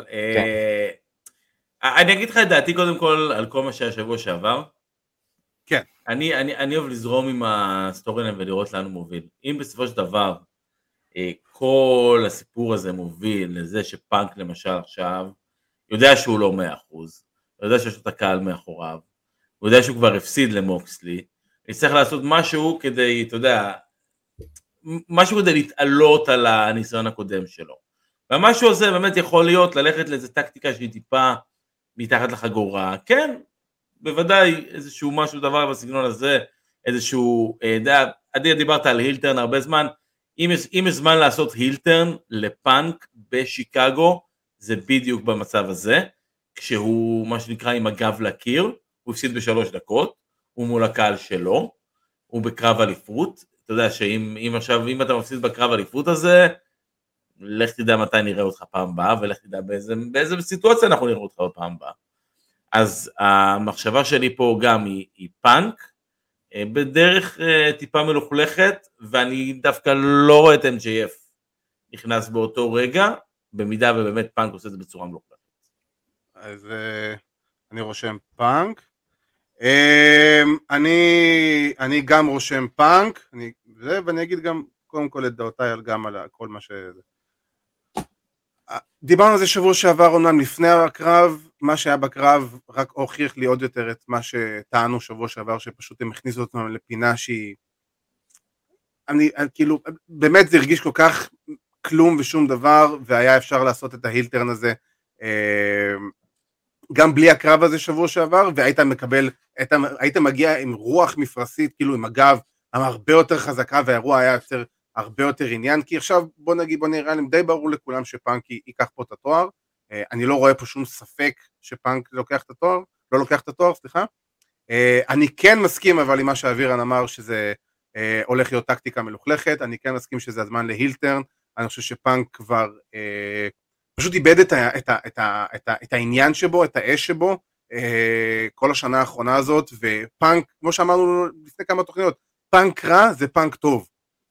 [SPEAKER 3] אני אגיד לך את דעתי קודם כל על כל מה שהיה שבוע שעבר.
[SPEAKER 2] כן.
[SPEAKER 3] אני אוהב לזרום עם הסטוריליין ולראות לאן הוא מוביל. אם בסופו של דבר כל הסיפור הזה מוביל לזה שפאנק למשל עכשיו יודע שהוא לא 100%, יודע שיש לו את הקהל מאחוריו, הוא יודע שהוא כבר הפסיד למוקסלי, יצטרך לעשות משהו כדי, אתה יודע, משהו כדי להתעלות על הניסיון הקודם שלו. והמשהו הזה באמת יכול להיות ללכת לאיזו טקטיקה שהיא טיפה מתחת לחגורה, כן, בוודאי איזשהו משהו דבר בסגנון הזה, איזשהו, דיברת על הילטרן הרבה זמן, אם יש זמן לעשות הילטרן לפאנק בשיקגו, זה בדיוק במצב הזה, כשהוא מה שנקרא עם הגב לקיר, הוא הפסיד ב3 דקות, הוא מול הקהל שלו, הוא בקרב אליפות, אתה יודע שאם אתה מפסיד בקרב אליפות הזה, לך תדע מתי נראה אותך פעם הבאה, ולך תדע באיזה סיטואציה אנחנו נראה אותך בפעם הבאה. אז המחשבה שלי פה גם היא פאנק, בדרך טיפה מלוכלכת, ואני דווקא לא רואה את MJF נכנס באותו רגע, במידה ובאמת פאנק עושה את זה בצורה מלוכלכת.
[SPEAKER 2] אז אני רושם פאנק. אני גם רושם פאנק, ואני אגיד גם קודם כל את דעותיי גם על כל מה שזה. דיברנו על זה שבוע שעבר, אומנם לפני הקרב, מה שהיה בקרב רק הוכיח לי עוד יותר את מה שטענו שבוע שעבר, שפשוט הם הכניסו אותנו לפינה שהיא, כאילו, באמת זה הרגיש כל כך כלום ושום דבר, והיה אפשר לעשות את ההילטרן הזה, גם בלי הקרב הזה שבוע שעבר, והיית מגיע עם רוח מפרסית, כאילו עם הגב, הרבה יותר חזקה, והאירוע היה יותר הרבה יותר עניין, כי עכשיו בוא נראה, די ברור לכולם שפאנק ייקח פה את התואר, אני לא רואה פה שום ספק שפאנק לא לוקח את התואר, סליחה, אני כן מסכים אבל עם מה שאבירן אמר שזה הולך להיות טקטיקה מלוכלכת, אני כן מסכים שזה הזמן להילטרן, אני חושב שפאנק כבר פשוט איבד את העניין שבו, את האש שבו, כל השנה האחרונה הזאת, ופאנק, כמו שאמרנו לפני כמה תוכניות, פאנק רע זה פאנק טוב,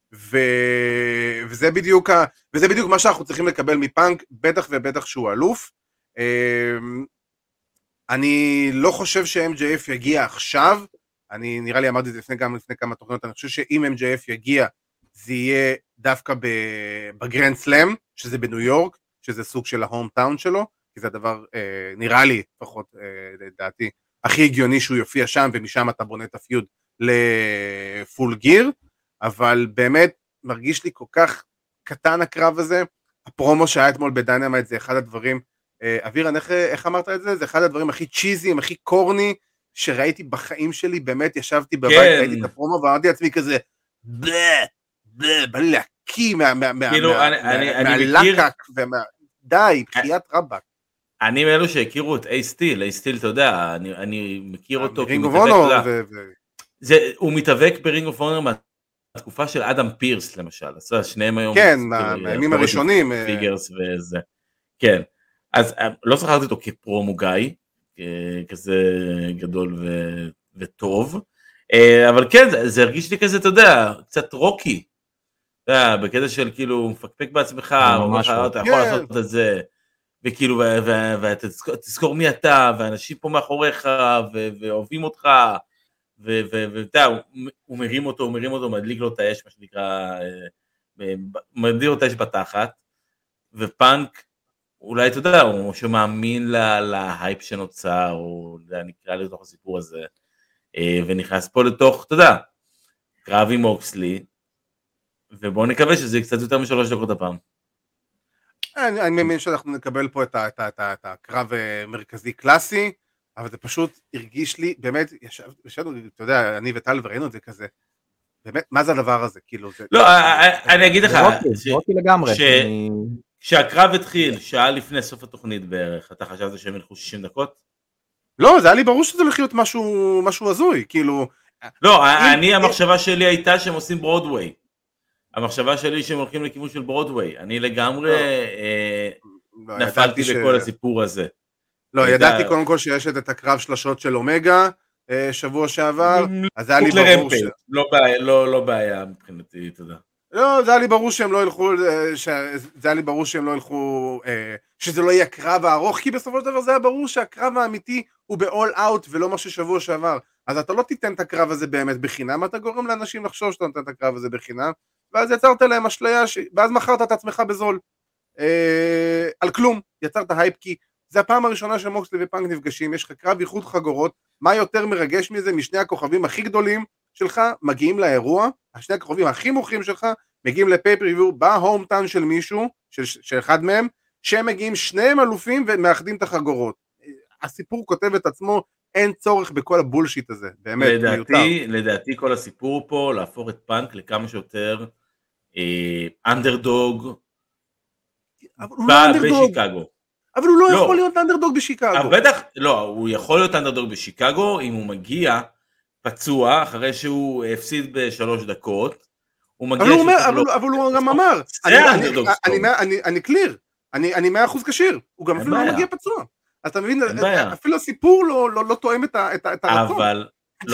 [SPEAKER 2] וזה בדיוק מה שאנחנו צריכים לקבל מפאנק, בטח ובטח שהוא אלוף. אני לא חושב ש-MJF יגיע עכשיו, אני נראה לי אמרתי את זה לפני כמה תוכניות, אני חושב שאם MJF יגיע, זה יהיה דווקא בגרנד סלאם, שזה בניו יורק, שזה סוג של ההום טאון שלו, כי זה הדבר, נראה לי, לפחות לדעתי, הכי הגיוני שהוא יופיע שם, ומשם אתה בונה את הפיוד לפול גיר, אבל באמת מרגיש לי כל כך קטן הקרב הזה, הפרומו שהיה אתמול בדיינמייט זה אחד הדברים, אבירן, איך אמרת את זה? זה אחד הדברים הכי צ'יזיים, הכי קורני, שראיתי בחיים שלי, באמת ישבתי בבית, ראיתי את הפרומו, ואמרתי לעצמי כזה, בא לי להקיא מהלקק, די, בחיית רבק.
[SPEAKER 3] אני מאלו שהכירו את A-Steel, A-Steel, אתה יודע, אני מכיר אותו, הוא מתאבק ברינג אוף אונר מהתקופה של אדם פירס למשל, שניהם היום,
[SPEAKER 2] כן, מהימים הראשונים,
[SPEAKER 3] פיגרס וזה, כן, אז לא זכרתי אותו כפרומו גיא, כזה גדול וטוב, אבל כן, זה הרגיש לי כזה, אתה יודע, קצת רוקי, בקטע של כאילו מפקפק בעצמך, אתה יכול לעשות את זה, וכאילו, ותזכור מי אתה, ואנשים פה מאחוריך, ואוהבים אותך, ואתה, הוא מרים אותו, מדליק לו את האש, מה שנקרא, מדליק לו את האש בתחת, ופאנק, אולי אתה יודע, הוא שמאמין להייפ שנוצר, או נקרא לתוך הסיפור הזה, ונכנס פה לתוך, אתה יודע, קרב עם אוקסלי, ובואו נקווה שזה קצת יותר מ3 דקות הפעם.
[SPEAKER 2] אני מאמין שאנחנו נקבל פה את הקרב מרכזי קלאסי, אבל זה פשוט הרגיש לי, באמת, ישבנו, אתה יודע, אני וטל וראינו את זה כזה, באמת, מה זה הדבר הזה? כאילו,
[SPEAKER 3] לא, אני אגיד לך, כשהקרב התחיל, שעה לפני סוף התוכנית בערך, אתה חשבת שהם ילכו 60 דקות?
[SPEAKER 2] לא, זה היה לי ברור שזה הולך להיות משהו הזוי, כאילו...
[SPEAKER 3] לא, המחשבה שלי הייתה שהם עושים ברודווי. המחשבה שלי שהם הולכים לכיוון של ברודווי. אני לגמרי נפלתי בכל הסיפור הזה.
[SPEAKER 2] לא, ידעתי קודם כל שיש את הקרב שלשות של אומגה, שבוע שעבר, אז זה היה לי ברור
[SPEAKER 3] לא בעיה מבחינתי, תודה.
[SPEAKER 2] לא, זה היה לי ברור שהם לא ילכו, שזה לא יהיה קרב הארוך, כי בסופו של דבר זה היה ברור שהקרב האמיתי הוא ב-all out ולא מה ששבוע שעבר, אז אתה לא תיתן את הקרב הזה באמת בחינם, אתה גורם לאנשים לחשוב שאתה נותן את הקרב הזה בחינם, ואז יצרת להם אשליה, ואז מכרת את עצמך בזול, על כלום, יצרת הייפ, כי זה הפעם הראשונה שמוקסלי ופאנק נפגשים, יש לך קרב איחוד חגורות, מה יותר מרגש מזה משני הכוכבים הכי גדולים שלך מגיעים לאירוע, השני הכוכבים הכי מוכרים שלך מגיעים לפייפריוויו בהומטאון של מישהו, של אחד מהם, שהם מגיעים שניהם אלופים ומאחדים את החגורות. הסיפור כותב את עצמו, אין צורך בכל הבולשיט הזה, באמת מיותר.
[SPEAKER 3] לדעתי כל הסיפור פה להפוך את פאנק לכמה שיותר אנדרדוג בשיקגו.
[SPEAKER 2] אבל הוא לא יכול להיות אנדרדוג בשיקגו.
[SPEAKER 3] בטח, לא, הוא יכול להיות אנדרדוג בשיקגו אם הוא מגיע פצוע אחרי שהוא הפסיד ב3 דקות.
[SPEAKER 2] אבל הוא גם אמר, אני קליר, אני 100% קשיר, הוא גם אפילו לא מגיע פצוע. אז אתה מבין, אפילו הסיפור לא תואם את הרצון.
[SPEAKER 3] אבל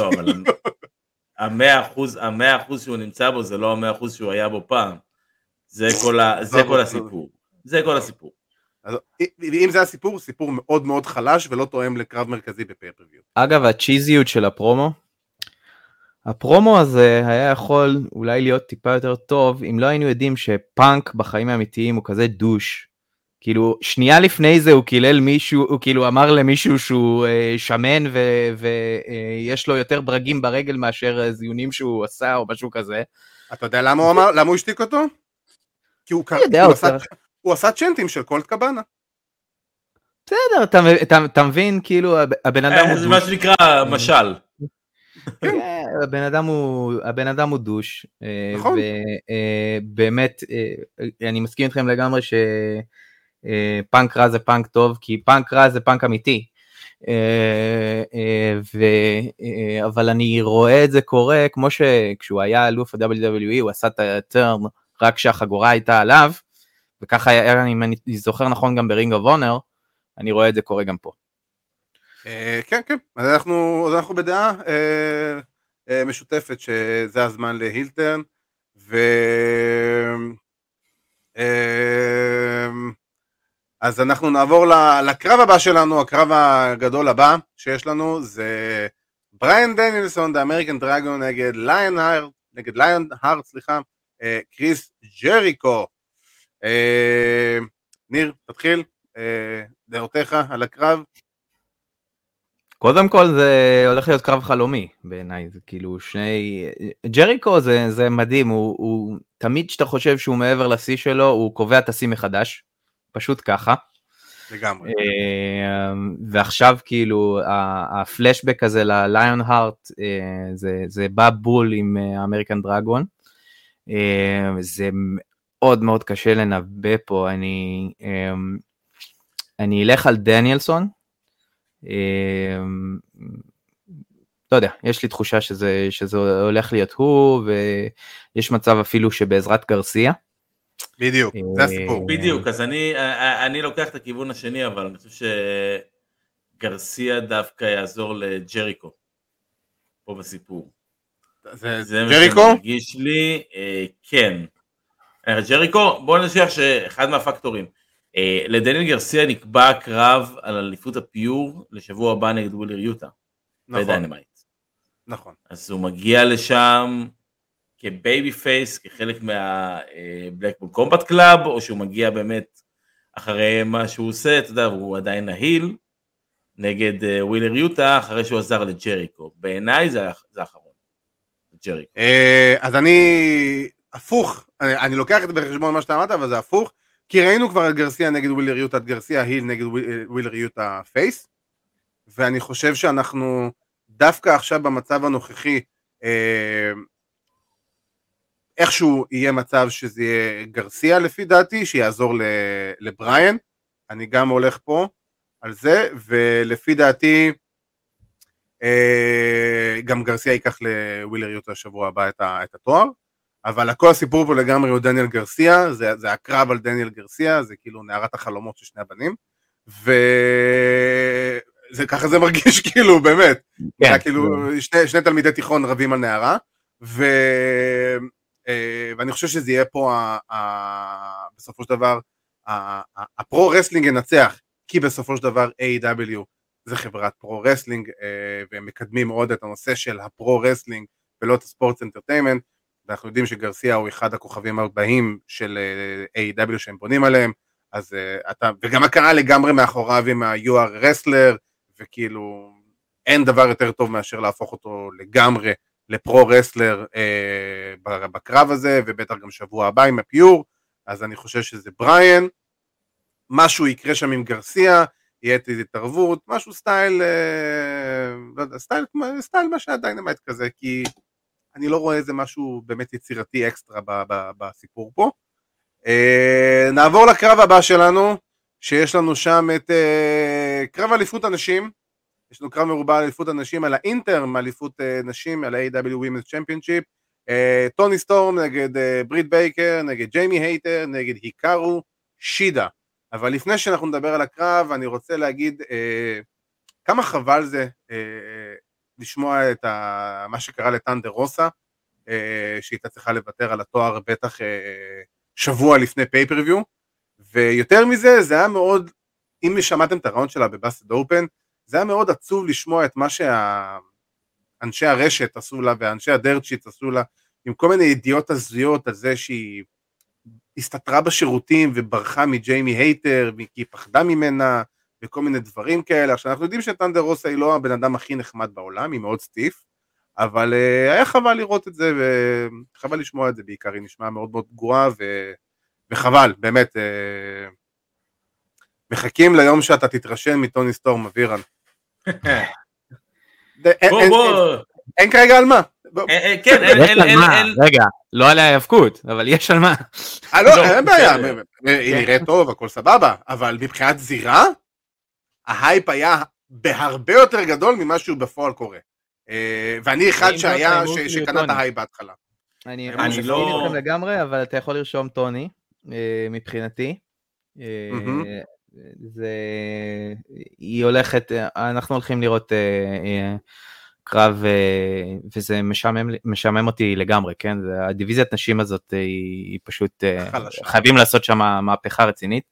[SPEAKER 3] 100% שהוא נמצא בו, זה לא 100% שהוא היה בו פעם. זה כל הסיפור. זה כל הסיפור.
[SPEAKER 2] אם זה הסיפור, הוא סיפור מאוד מאוד חלש ולא תואם לקרב מרכזי בפייפריוויו.
[SPEAKER 4] אגב, הצ'יזיות של הפרומו הזה היה יכול אולי להיות טיפה יותר טוב, אם לא היינו יודעים שפאנק בחיים האמיתיים הוא כזה דוש. כאילו, שנייה לפני זה הוא קילל מישהו, הוא כאילו אמר למישהו שהוא שמן ויש לו יותר ברגים ברגל מאשר זיונים שהוא עשה או משהו כזה.
[SPEAKER 2] אתה יודע למה הוא אמר? למה הוא השתיק אותו? כי הוא עשה צ'נטים של קולט קבאנה.
[SPEAKER 4] בסדר, אתה מבין, כאילו, הבן אדם הוא דוש.
[SPEAKER 3] זה מה שנקרא משל.
[SPEAKER 4] הבן אדם הוא דוש.
[SPEAKER 2] נכון.
[SPEAKER 4] ובאמת, אני מסכים איתכם לגמרי שפאנק רע זה פאנק טוב, כי פאנק רע זה פאנק אמיתי. אבל אני רואה את זה קורה, כמו שכשהוא היה אלוף ה-WWE, הוא עשה את הטרן רק כשהחגורה הייתה עליו, וככה, אם אני זוכר נכון גם ברינג אוף אונר, אני רואה את זה קורה גם פה.
[SPEAKER 2] כן, כן, אז אנחנו בדעה משותפת שזה הזמן להילטרן, אז אנחנו נעבור לקרב הבא שלנו, הקרב הגדול הבא שיש לנו, זה בריאן דניאלסון, האמריקן דרגון נגד ליון הארט, קריס ג'ריקו. ניר, תתחיל, דעותיך על הקרב.
[SPEAKER 4] קודם כל זה הולך להיות קרב חלומי בעיניי, זה כאילו ג'ריקו זה מדהים, הוא תמיד שאתה חושב שהוא מעבר לשיא שלו, הוא קובע את השיא מחדש, פשוט ככה.
[SPEAKER 2] לגמרי.
[SPEAKER 4] ועכשיו כאילו הפלשבק הזה לליון הארט, זה בא בול עם האמריקן דרגון, זה מאוד מאוד קשה לנבא פה, אני אלך על דניאלסון, לא יודע, יש לי תחושה שזה הולך להיות הוא, ויש מצב אפילו שבעזרת גרסיה.
[SPEAKER 2] בדיוק, זה הסיפור.
[SPEAKER 3] בדיוק, אז אני לוקח את הכיוון השני, אבל אני חושב שגרסיה דווקא יעזור לג'ריקו, פה בסיפור.
[SPEAKER 2] זה ג'ריקו?
[SPEAKER 3] מרגיש לי, כן. ג'ריקו, בואו נשאר שאחד מהפקטורים, לדניאל גרסיה נקבע קרב על אליפות הפיור לשבוע הבא נגד ווילר יוטה. בדיינמייט.
[SPEAKER 2] נכון.
[SPEAKER 3] אז הוא מגיע לשם כבייבי פייס, כחלק מהבלקבול קומבט קלאב, או שהוא מגיע באמת אחרי מה שהוא עושה, אתה יודע, הוא עדיין נהיל, נגד ווילר יוטה, אחרי שהוא עזר לג'ריקו. בעיניי זה האחרון. ג'ריקו.
[SPEAKER 2] אז אני הפוך, אני לוקח את בחשבון מה שאתה אמרת, אבל זה הפוך, כי ראינו כבר את גרסיה נגד ווילר יוטה, את גרסיה היל נגד ווילר יוטה פייס, ואני חושב שאנחנו דווקא עכשיו במצב הנוכחי, איכשהו יהיה מצב שזה יהיה גרסיה לפי דעתי, שיעזור לבריאן, אני גם הולך פה על זה, ולפי דעתי גם גרסיה ייקח לווילר יוטה השבוע הבא את התואר, אבל כל הסיפור פה לגמרי הוא דניאל גרסיה, זה הקרב על דניאל גרסיה, זה כאילו נערת החלומות של שני הבנים, ככה זה מרגיש כאילו באמת, כאילו שני תלמידי תיכון רבים על נערה, ואני חושב שזה יהיה פה בסופו של דבר, הפרו-רסלינג ינצח, כי בסופו של דבר A.W. זה חברת פרו-רסלינג, והם מקדמים מאוד את הנושא של הפרו-רסלינג, ולא את הספורטס אנטרטיימנט, ואנחנו יודעים שגרסיה הוא אחד הכוכבים הבאים של A.W. שהם בונים עליהם, אז וגם הקהל לגמרי מאחוריו עם ה-You are wrestler, וכאילו אין דבר יותר טוב מאשר להפוך אותו לגמרי לפרו-רסלר בקרב הזה, ובטח גם שבוע הבא עם הפיור, אז אני חושב שזה בריין, משהו יקרה שם עם גרסיה, יהיה איזו התערבות, משהו סטייל, לא יודע, סטייל מה שהדיינמייט כזה, כי אני לא רואה איזה משהו באמת יצירתי אקסטרה בסיפור פה. נעבור לקרב הבא שלנו, שיש לנו שם את קרב אליפות הנשים, יש לנו קרב מרובה על אליפות הנשים, על האינטר, אליפות נשים, על ה-AW Women's Championship, טוני סטורם נגד ברית בייקר, נגד ג'יימי הייטר, נגד היקארו שידה. אבל לפני שאנחנו נדבר על הקרב, אני רוצה להגיד כמה חבל זה לשמוע את מה שקרה לטנדר רוסה, שהייתה צריכה לוותר על התואר בטח שבוע לפני פייפריוויו, ויותר מזה, זה היה מאוד, אם שמעתם את הרעיון שלה בבאסטד אופן, זה היה מאוד עצוב לשמוע את מה שאנשי הרשת עשו לה, ואנשי הדרצ'יט עשו לה, עם כל מיני ידיעות הזויות על זה שהיא הסתתרה בשירותים וברחה מג'יימי הייטר, כי היא פחדה ממנה, וכל מיני דברים כאלה. עכשיו אנחנו יודעים שטנדר רוסה היא לא הבן אדם הכי נחמד בעולם, היא מאוד סטיף, אבל היה חבל לראות את זה, וחבל לשמוע את זה בעיקר, היא נשמעה מאוד מאוד פגועה, וחבל, באמת, מחכים ליום שאתה תתרשם מטוני סטורם, אבירן. אין כרגע על מה.
[SPEAKER 3] כן,
[SPEAKER 4] רגע, לא על ההיאבקות, אבל יש על מה.
[SPEAKER 2] לא, אין בעיה, היא נראית טוב, הכל סבבה, אבל מבחינת זירה, ההייפ היה בהרבה יותר גדול ממה שהוא בפועל קורה. ואני אחד שהיה, שקנה את ההייפ בהתחלה.
[SPEAKER 4] אני לא אתכם לגמרי, אבל אתה יכול לרשום טוני, מבחינתי. היא הולכת, אנחנו הולכים לראות קרב, וזה משעמם אותי לגמרי, כן? הדיוויזיית נשים הזאת היא פשוט, חייבים לעשות שם מהפכה רצינית.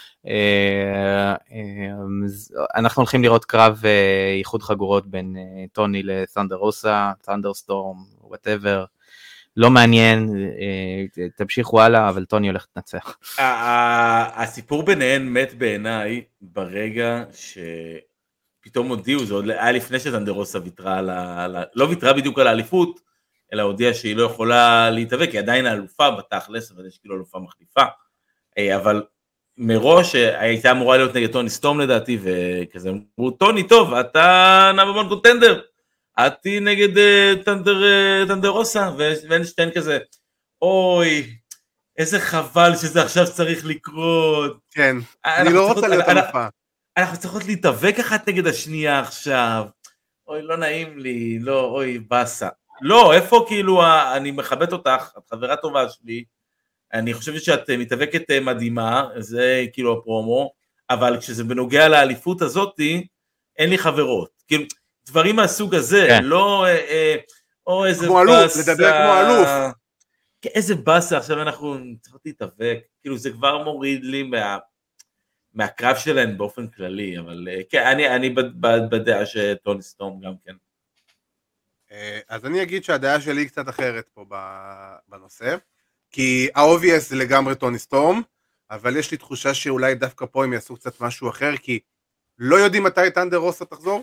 [SPEAKER 4] אנחנו הולכים לראות קרב איחוד חגורות בין טוני לתנדר רוסה, תנדר סטורם, whatever. לא מעניין, תמשיכו הלאה, אבל טוני הולך לנצח.
[SPEAKER 3] הסיפור ביניהן מת בעיניי ברגע שפתאום הודיעו, זה עוד היה לפני שטנדר רוסה ויתרה, לא ויתרה בדיוק על האליפות, אלא הודיעה שהיא לא יכולה להתאבק, היא עדיין האלופה בתכלס, אבל יש כאילו אלופה מחליפה, אבל מראש הייתה אמורה להיות נגד טוני סטורם לדעתי, וכזה אמרו, טוני טוב, אתה נאמר קונטנדר, עתי נגד טנדר רוסה, ואיינשטיין כזה, אוי, איזה חבל שזה עכשיו צריך לקרות.
[SPEAKER 2] כן, אני לא רוצה להיות אלופה.
[SPEAKER 3] אנחנו צריכות להתאבק אחת נגד השנייה עכשיו, אוי, לא נעים לי, לא, אוי, בסה. לא, איפה כאילו, אני מכבד אותך, את חברה טובה שלי, אני חושבת שאת מתאבקת מדהימה, זה כאילו הפרומו, אבל כשזה בנוגע לאליפות הזאת, אין לי חברות. כאילו, דברים מהסוג הזה, כן. לא, או איזה
[SPEAKER 2] כמו אלוף, לדבר כמו אלוף.
[SPEAKER 3] איזה בסה, עכשיו אנחנו צריכות להתאבק, כאילו זה כבר מוריד לי מהקרב שלהם באופן כללי, אבל כן, אני בדעה שטוני סטורם גם כן.
[SPEAKER 2] אז אני אגיד שהדעה שלי קצת אחרת פה בנושא, כי האובייס זה לגמרי טוני סטורם, אבל יש לי תחושה שאולי דווקא פה הם יעשו קצת משהו אחר, כי לא יודעים מתי טנדר רוסה תחזור,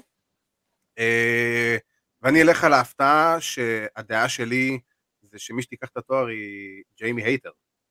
[SPEAKER 2] ואני אלך על ההפתעה שהדעה שלי זה שמי שתיקח את התואר היא ג'יימי הייטר.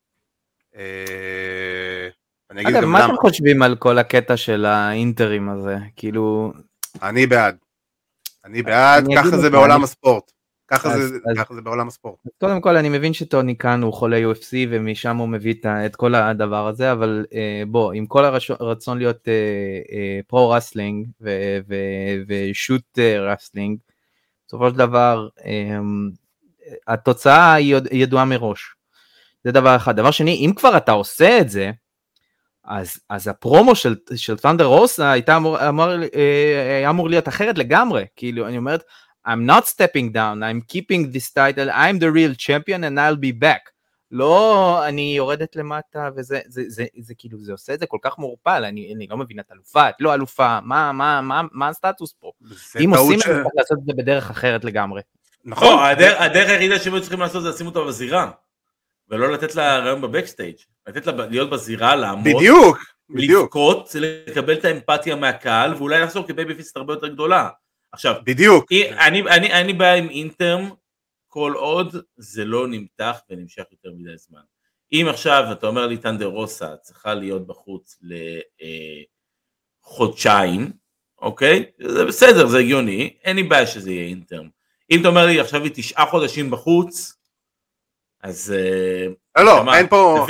[SPEAKER 4] אגב, מה אתם חושבים על כל הקטע של האינטרים הזה? כאילו...
[SPEAKER 2] אני בעד, ככה זה בעולם הספורט. ככה זה בעולם הספורט.
[SPEAKER 4] קודם כל אני מבין שטוני כאן הוא חולה UFC ומשם הוא מביא את כל הדבר הזה, אבל בוא, עם כל הרצון להיות פרו-רסלינג ושוט רסלינג, בסופו של דבר התוצאה היא ידועה מראש. זה דבר אחד. דבר שני, אם כבר אתה עושה את זה, אז הפרומו של ת'נדר רוסה היה אמור להיות אחרת לגמרי. כאילו, אני אומרת, I'm not stepping down, I'm keeping this title, I'm the real champion and I'll be back. לא, אני יורדת למטה, וזה כאילו, זה עושה את זה כל כך מעורפל, אני לא מבין, את אלופה, את לא אלופה, מה הסטטוס פה? אם עושים את זה, צריך לעשות את זה בדרך אחרת לגמרי.
[SPEAKER 3] נכון. הדרך היחידה שהם צריכים לעשות זה לשים אותה בזירה, ולא לתת לה רעיון בבקסטייג', לתת לה להיות בזירה, לעמוד, לבכות, לקבל את האמפתיה מהקהל, ואולי לחזור כבייבי פיסט הרבה יותר גדולה. עכשיו,
[SPEAKER 2] בדיוק.
[SPEAKER 3] אני בא עם אינטרם, כל עוד זה לא נמתח ונמשך יותר מדי זמן. אם עכשיו אתה אומר לי ת'נדר רוסה צריכה להיות בחוץ לחודשיים, אוקיי? זה בסדר, זה הגיוני, אין לי בעיה שזה יהיה אינטרם. אם אתה אומר לי עכשיו היא 9 חודשים בחוץ, אז...
[SPEAKER 2] לא, אין פה...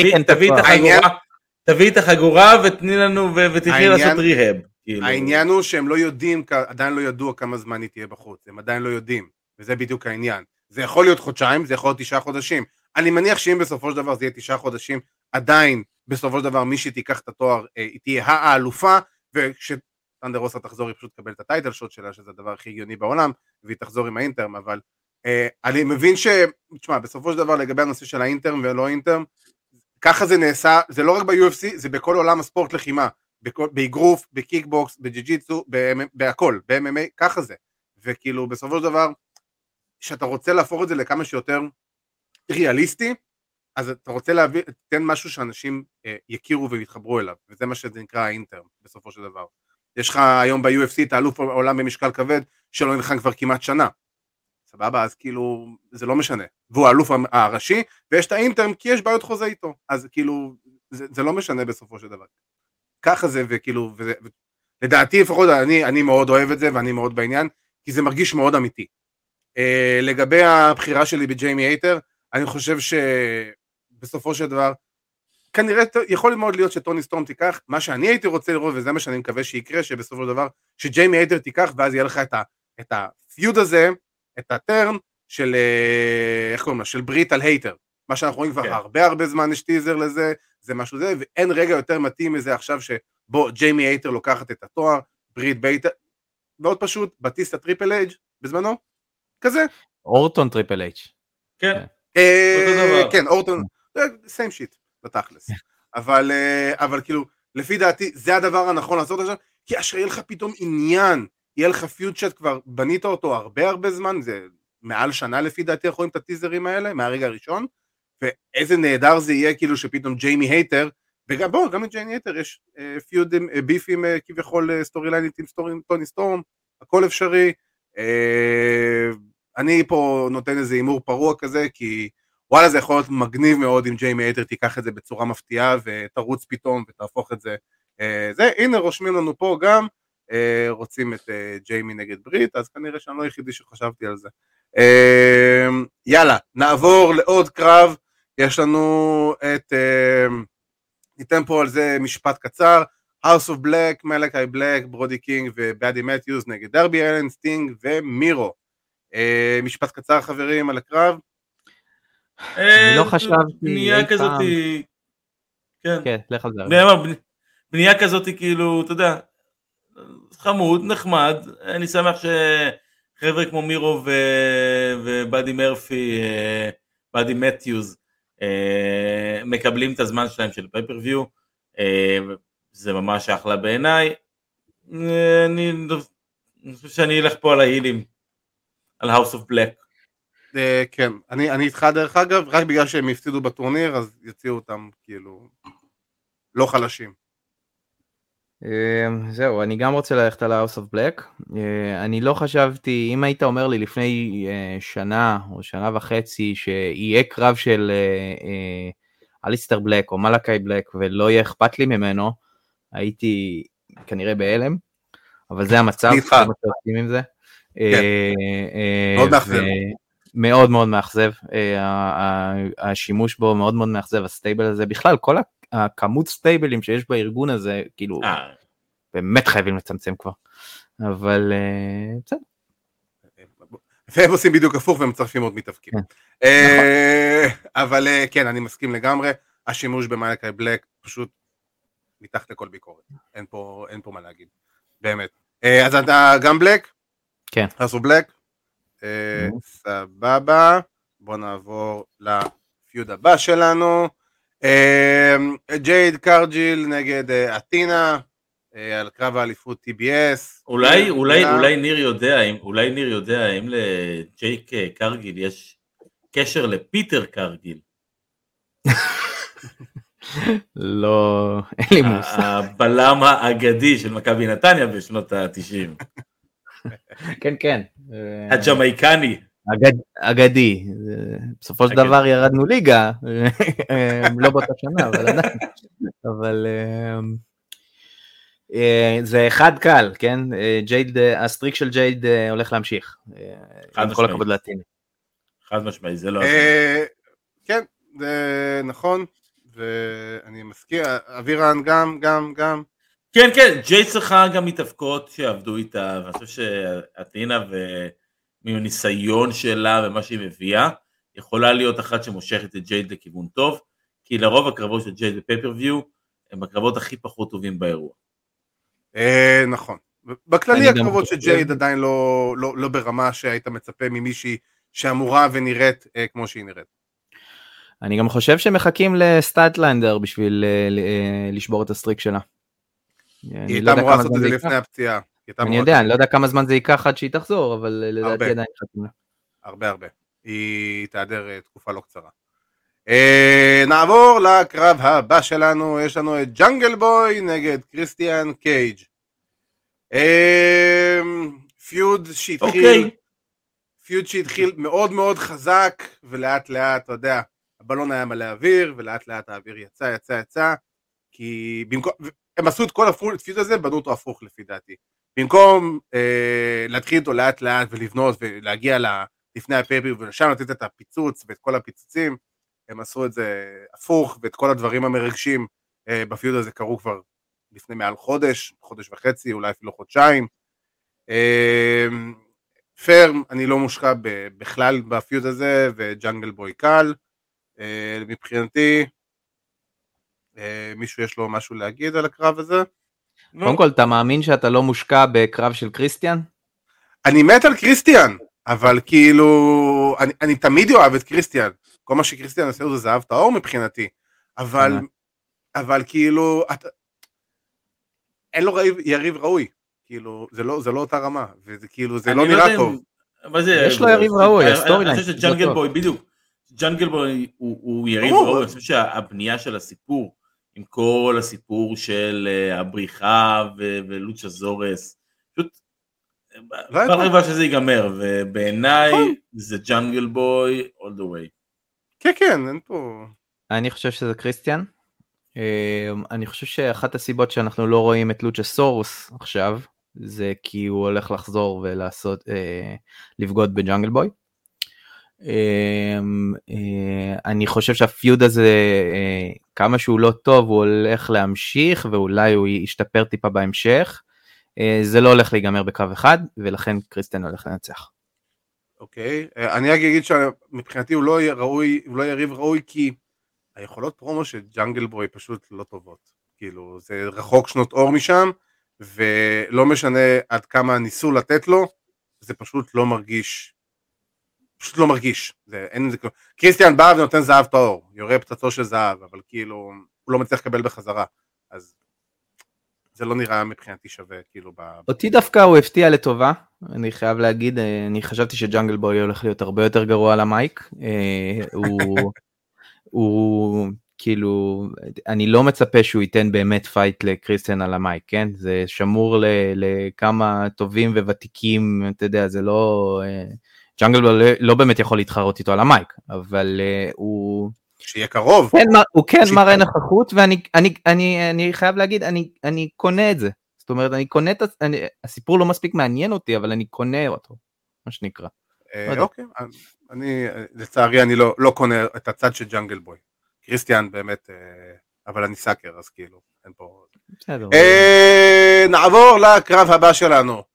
[SPEAKER 3] תביא את החגורה ותני לנו ותתחיל לעשות ריהב.
[SPEAKER 2] העניין הוא שהם לא יודעים, עדיין לא ידעו כמה זמן היא תהיה בחוץ, הם עדיין לא יודעים, וזה בדיוק העניין. זה יכול להיות חודשיים, זה יכול להיות 9 חודשים. אני מניח שאם בסופו של דבר זה יהיה 9 חודשים, עדיין בסופו של דבר מי שתיקח את התואר, היא תהיה האלופה, וכשת'נדר רוסה תחזור היא פשוט תקבל את הטייטל שוט שלה, שזה הדבר הכי הגיוני בעולם, והיא תחזור עם האינטרם, אבל אני מבין תשמע, בסופו של דבר לגבי הנושא של האינטרם ולא אינטרם, ככה זה נעשה, זה לא רק ב-UFC, זה בכל עולם הספורט לחימה, באגרוף, בקיקבוקס, בג'יג'יטסו, בהכל, ב-MMA, ככה זה. וכאילו בסופו של דבר, שאתה רוצה להפוך את זה לכמה שיותר ריאליסטי, אז אתה רוצה תן משהו שאנשים יכירו ויתחברו אליו, וזה מה שזה נקרא האינטרם, בסופו של דבר. יש לך היום ב-UFC את האלוף העולם במשקל כבד, שלא נלחם כבר כמעט שנה. סבבה, אז כאילו, זה לא משנה. והוא האלוף הראשי, ויש את האינטרם, כי יש בעיות חוזה איתו. אז כאילו, זה לא משנה בסופו של דבר. ככה זה, וכאילו, לדעתי לפחות, אני מאוד אוהב את זה, ואני מאוד בעניין, כי זה מרגיש מאוד אמיתי. לגבי הבחירה שלי בג'יימי הייטר, אני חושב שבסופו של דבר, כנראה יכול מאוד להיות שטוני סטורם תיקח, מה שאני הייתי רוצה לראות, וזה מה שאני מקווה שיקרה, שבסופו של דבר, שג'יימי הייטר תיקח, ואז יהיה לך את הפיוד הזה, את הטרן של, איך קוראים לה, של ברית על הייטר, מה שאנחנו רואים כבר הרבה זמן יש טיזר לזה, זה משהו זה, ואין רגע יותר מתאים מזה עכשיו שבו ג'יימי הייטר לוקחת את התואר, ברית בייטר, מאוד פשוט, בטיסטה טריפל אייג' בזמנו, כזה.
[SPEAKER 4] אורטון טריפל אייג'.
[SPEAKER 3] כן.
[SPEAKER 2] כן, אורטון, same shit, בתכלס. אבל כאילו, לפי דעתי, זה הדבר הנכון לעשות עכשיו, כי אשר יהיה לך פתאום עניין, יהיה לך פיוד שאת כבר בנית אותו הרבה זמן, זה מעל שנה לפי דעתי אנחנו רואים את הטיזרים האלה, מהרגע הראשון, ואיזה נהדר זה יהיה כאילו שפתאום ג'יימי הייטר, וגם בואו, גם לג'יימי הייטר יש פיודים, ביפים כביכול סטורי ליינית עם טוני סטורם, הכל אפשרי, אני פה נותן איזה אימור פרוע כזה, כי וואלה זה יכול להיות מגניב מאוד אם ג'יימי הייטר תיקח את זה בצורה מפתיעה, ותרוץ פתאום ותהפוך את זה, הנה רושמים לנו פה גם, רוצים את ג'יימי נגד ברית, אז כנראה שאני לא היחידי שחשבתי על זה. יאללה, נעבור לעוד קרב, יש לנו ניתן פה על זה משפט קצר, House of Black, מלאקי בלק, ברודי קינג ובאדי מתיוס נגד דרבי אלן, סטינג ומירו. משפט קצר חברים על הקרב.
[SPEAKER 4] אני לא חשבתי...
[SPEAKER 3] בנייה כזאת...
[SPEAKER 4] כן, לך על זה.
[SPEAKER 3] בנייה כזאת כאילו, אתה יודע, חמוד, נחמד, אני שמח שחבר'ה כמו מירו ובאדי מרפי, באדי מתיוז, מקבלים את הזמן שלהם של פייפריוויו, זה ממש אחלה בעיניי, אני חושב שאני אלך פה על ההילים, על House of Black.
[SPEAKER 2] כן, אני איתך דרך אגב, רק בגלל שהם הפסידו בטורניר, אז יציעו אותם כאילו לא חלשים.
[SPEAKER 4] זהו, אני גם רוצה ללכת על House of Black, אני לא חשבתי, אם היית אומר לי לפני שנה או שנה וחצי שיהיה קרב של אליסטר בלק או מלאקי בלק ולא יהיה אכפת לי ממנו, הייתי כנראה בהלם, אבל זה המצב, עם זה.
[SPEAKER 2] מאוד מאכזב.
[SPEAKER 4] מאוד מאוד מאכזב, השימוש בו מאוד מאוד מאכזב, הסטייבל הזה, בכלל כל הכמות סטייבלים שיש בארגון הזה, כאילו, באמת חייבים לצמצם כבר, אבל בסדר.
[SPEAKER 2] והם עושים בדיוק הפוך והם מצרפים עוד מתאבקים. אבל כן, אני מסכים לגמרי, השימוש במלאקי בלק פשוט מתחת לכל ביקורת, אין פה מה להגיד, באמת. אז אתה גם בלק?
[SPEAKER 4] כן.
[SPEAKER 2] עשו בלק? סבבה, בוא נעבור לפיוד הבא שלנו, ג'ייד קרג'יל נגד אתינה, על קרב האליפות TBS.
[SPEAKER 3] אולי ניר יודע אם לג'ייק קרגיל יש קשר לפיטר קרגיל.
[SPEAKER 4] לא, אין לי מושג.
[SPEAKER 3] הבלם האגדי של מכבי נתניה בשנות ה-90.
[SPEAKER 4] כן, כן.
[SPEAKER 3] הג'מייקני.
[SPEAKER 4] אגדי. בסופו של דבר ירדנו ליגה, לא באותה שנה, אבל עדיין. אבל זה אחד קל, כן? הסטריק של ג'ייד הולך להמשיך. עם כל הכבוד לאתינה.
[SPEAKER 3] חד משמעי, זה לא...
[SPEAKER 2] כן, זה נכון, ואני מזכיר, אבירן גם.
[SPEAKER 3] כן, ג'ייד צריכה גם מתאבקות שעבדו איתה, ואני חושב שאתינה ומניסיון שלה ומה שהיא מביאה, יכולה להיות אחת שמושכת את ג'ייד לכיוון טוב, כי לרוב הקרבות של ג'ייד בפייפריוויו, הם הקרבות הכי פחות טובים באירוע.
[SPEAKER 2] נכון. בכללי הקרבות של ג'ייד עדיין לא ברמה שהיית מצפה ממישהי שאמורה ונראית כמו שהיא נראית.
[SPEAKER 4] אני גם חושב שמחכים לסטאטלנדר בשביל לשבור את הסטריק שלה.
[SPEAKER 2] היא הייתה אמורה לעשות את זה לפני הפציעה.
[SPEAKER 4] אני יודע, אני לא יודע כמה זמן זה ייקח עד שהיא תחזור, אבל לדעתי עדיין חכים לה.
[SPEAKER 2] הרבה. היא תיעדר תקופה לא קצרה. נעבור לקרב הבא שלנו, יש לנו את ג'אנגל בוי נגד קריסטיאן קייג'. פיוד שהתחיל מאוד מאוד חזק, ולאט לאט, אתה יודע, הבלון היה מלא אוויר, ולאט לאט האוויר יצא, כי במקום, הם עשו את כל הפיוד הזה, בנו אותו הפוך לפי דעתי. במקום להתחיל אותו לאט לאט ולבנות ולהגיע לפני הפייפר, ולשם לתת את הפיצוץ ואת כל הפיצוצים, הם עשו את זה הפוך, ואת כל הדברים המרגשים בפיוד הזה קרו כבר לפני מעל חודש וחצי, אולי אפילו חודשיים. פרם, אני לא מושקע בכלל בפיוד הזה, וג'אנגל בוי קל. מבחינתי, מישהו יש לו משהו להגיד על הקרב הזה?
[SPEAKER 4] קודם כל, אתה מאמין שאתה לא מושקע בקרב של קריסטיאן?
[SPEAKER 2] אני מת על קריסטיאן, אבל כאילו, אני תמיד אוהב את קריסטיאן. כל מה שקריסטיאן עושה זה זהב טהור מבחינתי, אבל כאילו, אין לו יריב ראוי, כאילו, זה לא אותה רמה, וזה כאילו, זה לא נראה טוב.
[SPEAKER 4] יש לו יריב ראוי, הסטורי ליין.
[SPEAKER 3] אני חושב שג'אנגל בוי, בדיוק, ג'אנגל בוי הוא יריב ראוי, אני חושב שהבנייה של הסיפור, עם כל הסיפור של הבריחה ולוצ'ה זורס, פשוט, ברבע שזה ייגמר, ובעיניי זה ג'אנגל בוי all the way.
[SPEAKER 2] כן, אין פה...
[SPEAKER 4] אני חושב שזה קריסטיאן. אני חושב שאחת הסיבות שאנחנו לא רואים את לוצ'ה סורוס עכשיו, זה כי הוא הולך לחזור ולעשות, לבגוד בג'אנגל בוי. אני חושב שהפיוד הזה, כמה שהוא לא טוב, הוא הולך להמשיך, ואולי הוא ישתפר טיפה בהמשך. זה לא הולך להיגמר בקרב אחד, ולכן קריסטיאן הולך לנצח.
[SPEAKER 2] אוקיי, אני אגיד שמבחינתי הוא לא יריב ראוי, כי היכולות פרומו של ג'אנגל בוי פשוט לא טובות. כאילו, זה רחוק שנות אור משם, ולא משנה עד כמה ניסו לתת לו, זה פשוט לא מרגיש. קריסטיאן בא ונותן זהב טהור, יורה פצצו של זהב, אבל כאילו, הוא לא מצליח לקבל בחזרה. אז זה לא נראה מבחינתי שווה, כאילו...
[SPEAKER 4] אותי דווקא הוא הפתיע לטובה, אני חייב להגיד, אני חשבתי שג'אנגל בוי הולך להיות הרבה יותר גרוע על המייק, הוא כאילו, אני לא מצפה שהוא ייתן באמת פייט לקריסטיאן על המייק, כן? זה שמור לכמה טובים וותיקים, אתה יודע, זה לא... ג'אנגל בוי לא באמת יכול להתחרות איתו על המייק, אבל הוא...
[SPEAKER 2] שיהיה קרוב.
[SPEAKER 4] הוא כן מראה נוכחות, ואני חייב להגיד, אני קונה את זה. זאת אומרת, אני קונה הסיפור לא מספיק מעניין אותי, אבל אני קונה אותו, מה שנקרא.
[SPEAKER 2] אוקיי, אני, לצערי אני לא קונה את הצד של ג'אנגל בוי. קריסטיאן באמת, אבל אני סאקר, אז כאילו, אין פה... נעבור לקרב הבא שלנו.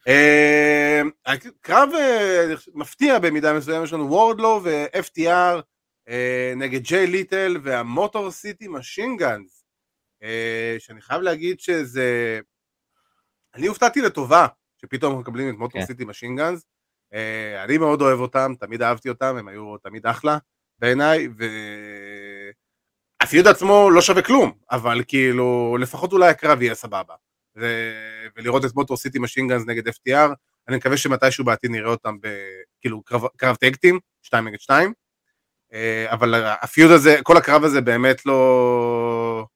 [SPEAKER 2] קרב מפתיע במידה מסוים, יש לנו וורדלו ו-FTR נגד ג'יי ליטל והמוטור סיטי משין גאנס, שאני חייב להגיד שזה... אני הופתעתי לטובה שפתאום מקבלים את מוטור סיטי משין גאנס, אני מאוד אוהב אותם, תמיד אהבתי אותם, הם היו תמיד אחלה בעיניי, הפיוד עצמו לא שווה כלום, אבל כאילו לפחות אולי הקרב יהיה סבבה, ולראות את מוטור סיטי משין גאנס נגד FTR, אני מקווה שמתישהו בעתיד נראה אותם כאילו קרב טקטים, 2 נגד 2, אבל הפיוד הזה, כל הקרב הזה באמת לא...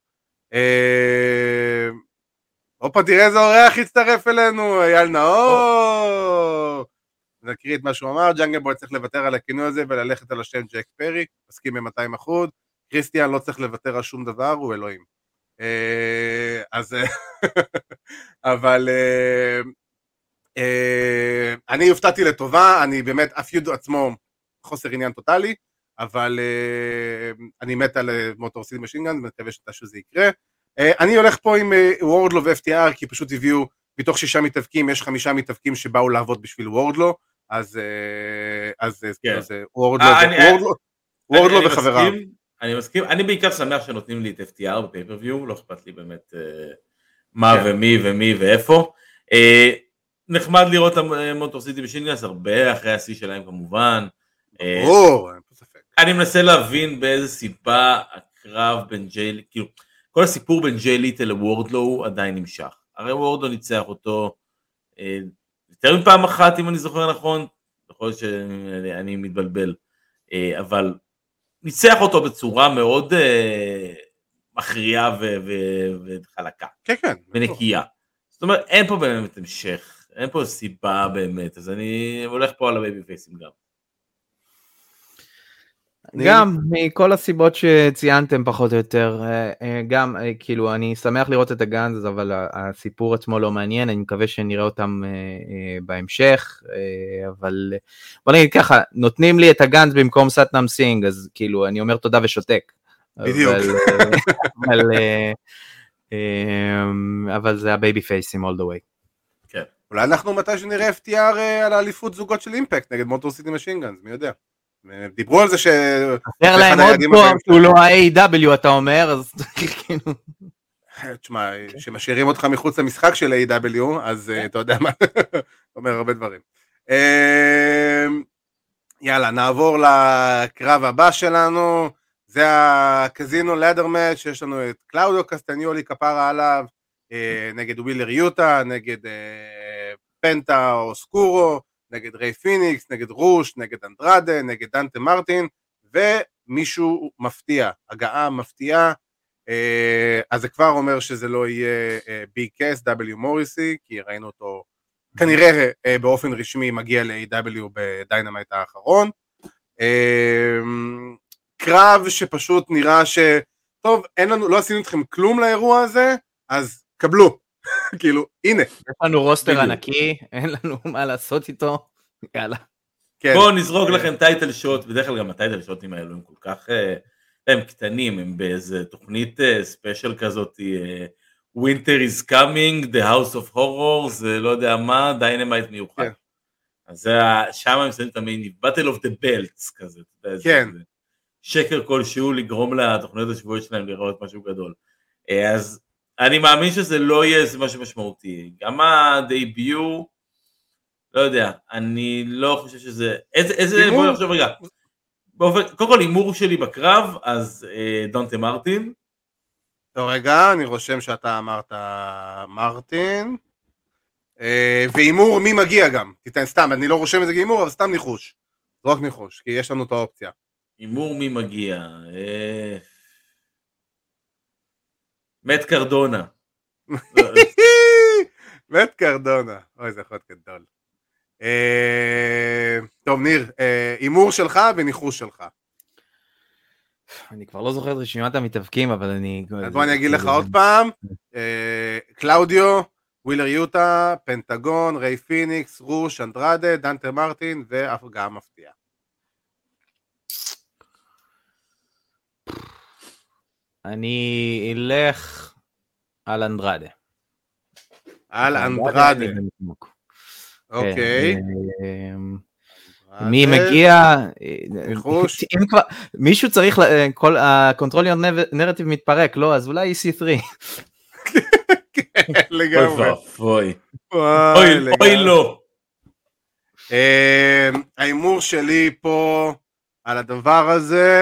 [SPEAKER 2] אופה, תראה איזה אורח הצטרף אלינו, אייל נאור. נקריא את מה שהוא אמר, ג'אנגל בוי צריך לוותר על הכינוי הזה וללכת על השם ג'ק פרי, מסכים ב-200%, קריסטיאן לא צריך לוותר על שום דבר, הוא אלוהים. אז, אבל אני הופתעתי לטובה, אני באמת, הפיוד עצמו חוסר עניין טוטלי, אבל אני מת על מוטור סיטי משין גאנס, ומקווה שזה יקרה. אני הולך פה עם וורדלו ו-FTR, כי פשוט הביאו, מתוך 6 מתאבקים, יש 5 מתאבקים שבאו לעבוד בשביל וורדלו, אז וורדלו וחבריו.
[SPEAKER 3] אני מסכים, אני בעיקר שמח שנותנים לי את FTR בפייפריוויו, לא אכפת לי באמת מה ומי ואיפה. נחמד לראות מוטור סיטי משין גאנס, הרבה אחרי השיא שלהם כמובן. אני מנסה להבין באיזה סיבה הקרב בין ג'יי, כאילו, כל הסיפור בין ג'יי ליטל לוורדלו עדיין נמשך. הרי וורדלו ניצח אותו יותר מפעם אחת, אם אני זוכר נכון, יכול להיות שאני מתבלבל, אבל ניצח אותו בצורה מאוד מכריעה וחלקה, ונקייה. זאת אומרת, אין פה באמת המשך, אין פה סיבה באמת, אז אני הולך פה על הבייבי פייסים גם.
[SPEAKER 4] גם מכל הסיבות שציינתם פחות או יותר, גם כאילו אני שמח לראות את הגאנז, אבל הסיפור עצמו לא מעניין, אני מקווה שנראה אותם בהמשך, אבל בוא נגיד ככה, נותנים לי את הגאנז במקום סטנאם סינג, אז כאילו אני אומר תודה ושותק.
[SPEAKER 2] בדיוק.
[SPEAKER 4] אבל זה הבייבי פייסים all the way.
[SPEAKER 2] כן. אולי אנחנו מתי שנראה FTR על האליפות זוגות של אימפקט נגד מוטור סיטי משין גאנס, מי יודע? דיברו על זה
[SPEAKER 4] חסר להם עוד תואר שהוא לא ה-AW אתה אומר, אז כאילו...
[SPEAKER 2] תשמע, שמשאירים אותך מחוץ למשחק של AW, אז אתה יודע מה, אומר הרבה דברים. יאללה, נעבור לקרב הבא שלנו, זה הקזינו לאדר מאץ', שיש לנו את קלאודיו קסטניולי כפרה עליו, נגד ווילר יוטה, נגד פנטה או סקורו, נגד ריי פיניקס, נגד רוש, נגד אנדרדה, נגד דנטה מרטין, ומישהו מפתיע, הגעה מפתיעה, אז זה כבר אומר שזה לא יהיה ביג קס, W מוריסי, כי ראינו אותו כנראה באופן רשמי מגיע ל-AW בדיינמייט האחרון, קרב שפשוט נראה טוב, אין לנו, לא עשינו אתכם כלום לאירוע הזה, אז קבלו. כאילו, הנה.
[SPEAKER 4] יש לנו רוסטר ענקי, אין לנו מה לעשות איתו, יאללה.
[SPEAKER 3] בואו נזרוק לכם טייטל שוט, בדרך כלל גם הטייטל שוטים האלו הם כל כך, הם קטנים, הם באיזה תוכנית ספיישל כזאת, Winter is coming, The House of Horrors, לא יודע מה, דיינמייט מיוחד. אז שם הם שמים תמיד, Battle of the Belts כזה,
[SPEAKER 2] כן.
[SPEAKER 3] שקר כלשהו לגרום לתוכניות השבועיות שלהם לראות משהו גדול. אז אני מאמין שזה לא יהיה איזה משהו משמעותי. גם הדייביו, לא יודע, אני לא חושב שזה... איזה... בואו נחשוב רגע. קודם כל, הימור שלי בקרב, אז דונטה מרטין.
[SPEAKER 2] טוב, רגע, אני רושם שאתה אמרת מרטין. והימור מי מגיע גם. תיתן סתם, אני לא רושם את זה כהימור, אבל סתם ניחוש. רק ניחוש, כי יש לנו את האופציה.
[SPEAKER 3] הימור מי מגיע. מת קרדונה.
[SPEAKER 2] מת קרדונה. אוי, זה חוד גדול. טוב, ניר, הימור שלך וניחוש שלך.
[SPEAKER 4] אני כבר לא זוכר את רשימת המתאבקים, אבל אני...
[SPEAKER 2] אז בוא אני אגיד לך עוד פעם. קלאודיו, ווילר יוטה, פנטגון, ריי פיניקס, רוש, אנדרדה, דנטר מרטין, וגם מפתיע.
[SPEAKER 4] אני אלך על אנדרדה.
[SPEAKER 2] על אנדרדה. אוקיי.
[SPEAKER 4] מי מגיע? מישהו צריך, כל הקונטרוליון נרטיב מתפרק, לא? אז אולי EC3.
[SPEAKER 2] כן, לגמרי.
[SPEAKER 3] אוי לא.
[SPEAKER 2] האימור שלי פה על הדבר הזה,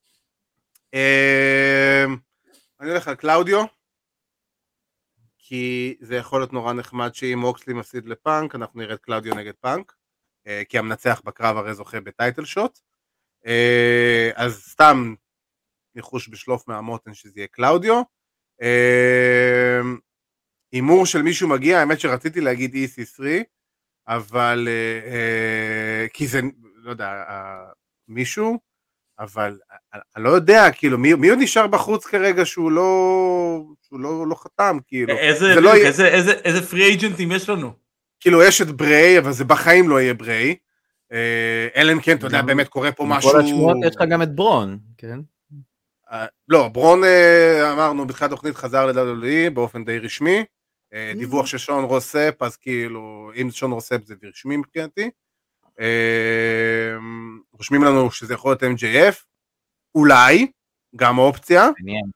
[SPEAKER 2] אני הולך על קלאודיו, כי זה יכול להיות נורא נחמד שאם אוקסלי מפסיד לפאנק, אנחנו נראה את קלאודיו נגד פאנק, כי המנצח בקרב הרי זוכה בטייטל שוט, אז סתם ניחוש בשלוף מהמותן שזה יהיה קלאודיו. אימור של מישהו מגיע, האמת שרציתי להגיד EC3, אבל כי זה, לא יודע, מישהו, אבל אני לא יודע, כאילו, מי עוד נשאר בחוץ כרגע שהוא לא חתם, כאילו.
[SPEAKER 3] איזה פרי אייג'נטים יש לנו?
[SPEAKER 2] כאילו, יש את בריי, אבל זה בחיים לא יהיה בריי. אלא אם כן, אתה יודע, באמת קורה פה משהו...
[SPEAKER 4] בכל השמועות יש לך גם את ברון, כן?
[SPEAKER 2] לא, ברון, אמרנו, בתחילת תוכנית חזר ל-WWE באופן די רשמי. דיווח של שון רוספ, אז כאילו, אם שון רוספ זה רשמי מבחינתי. רושמים לנו שזה יכול להיות MJF, אולי, גם אופציה.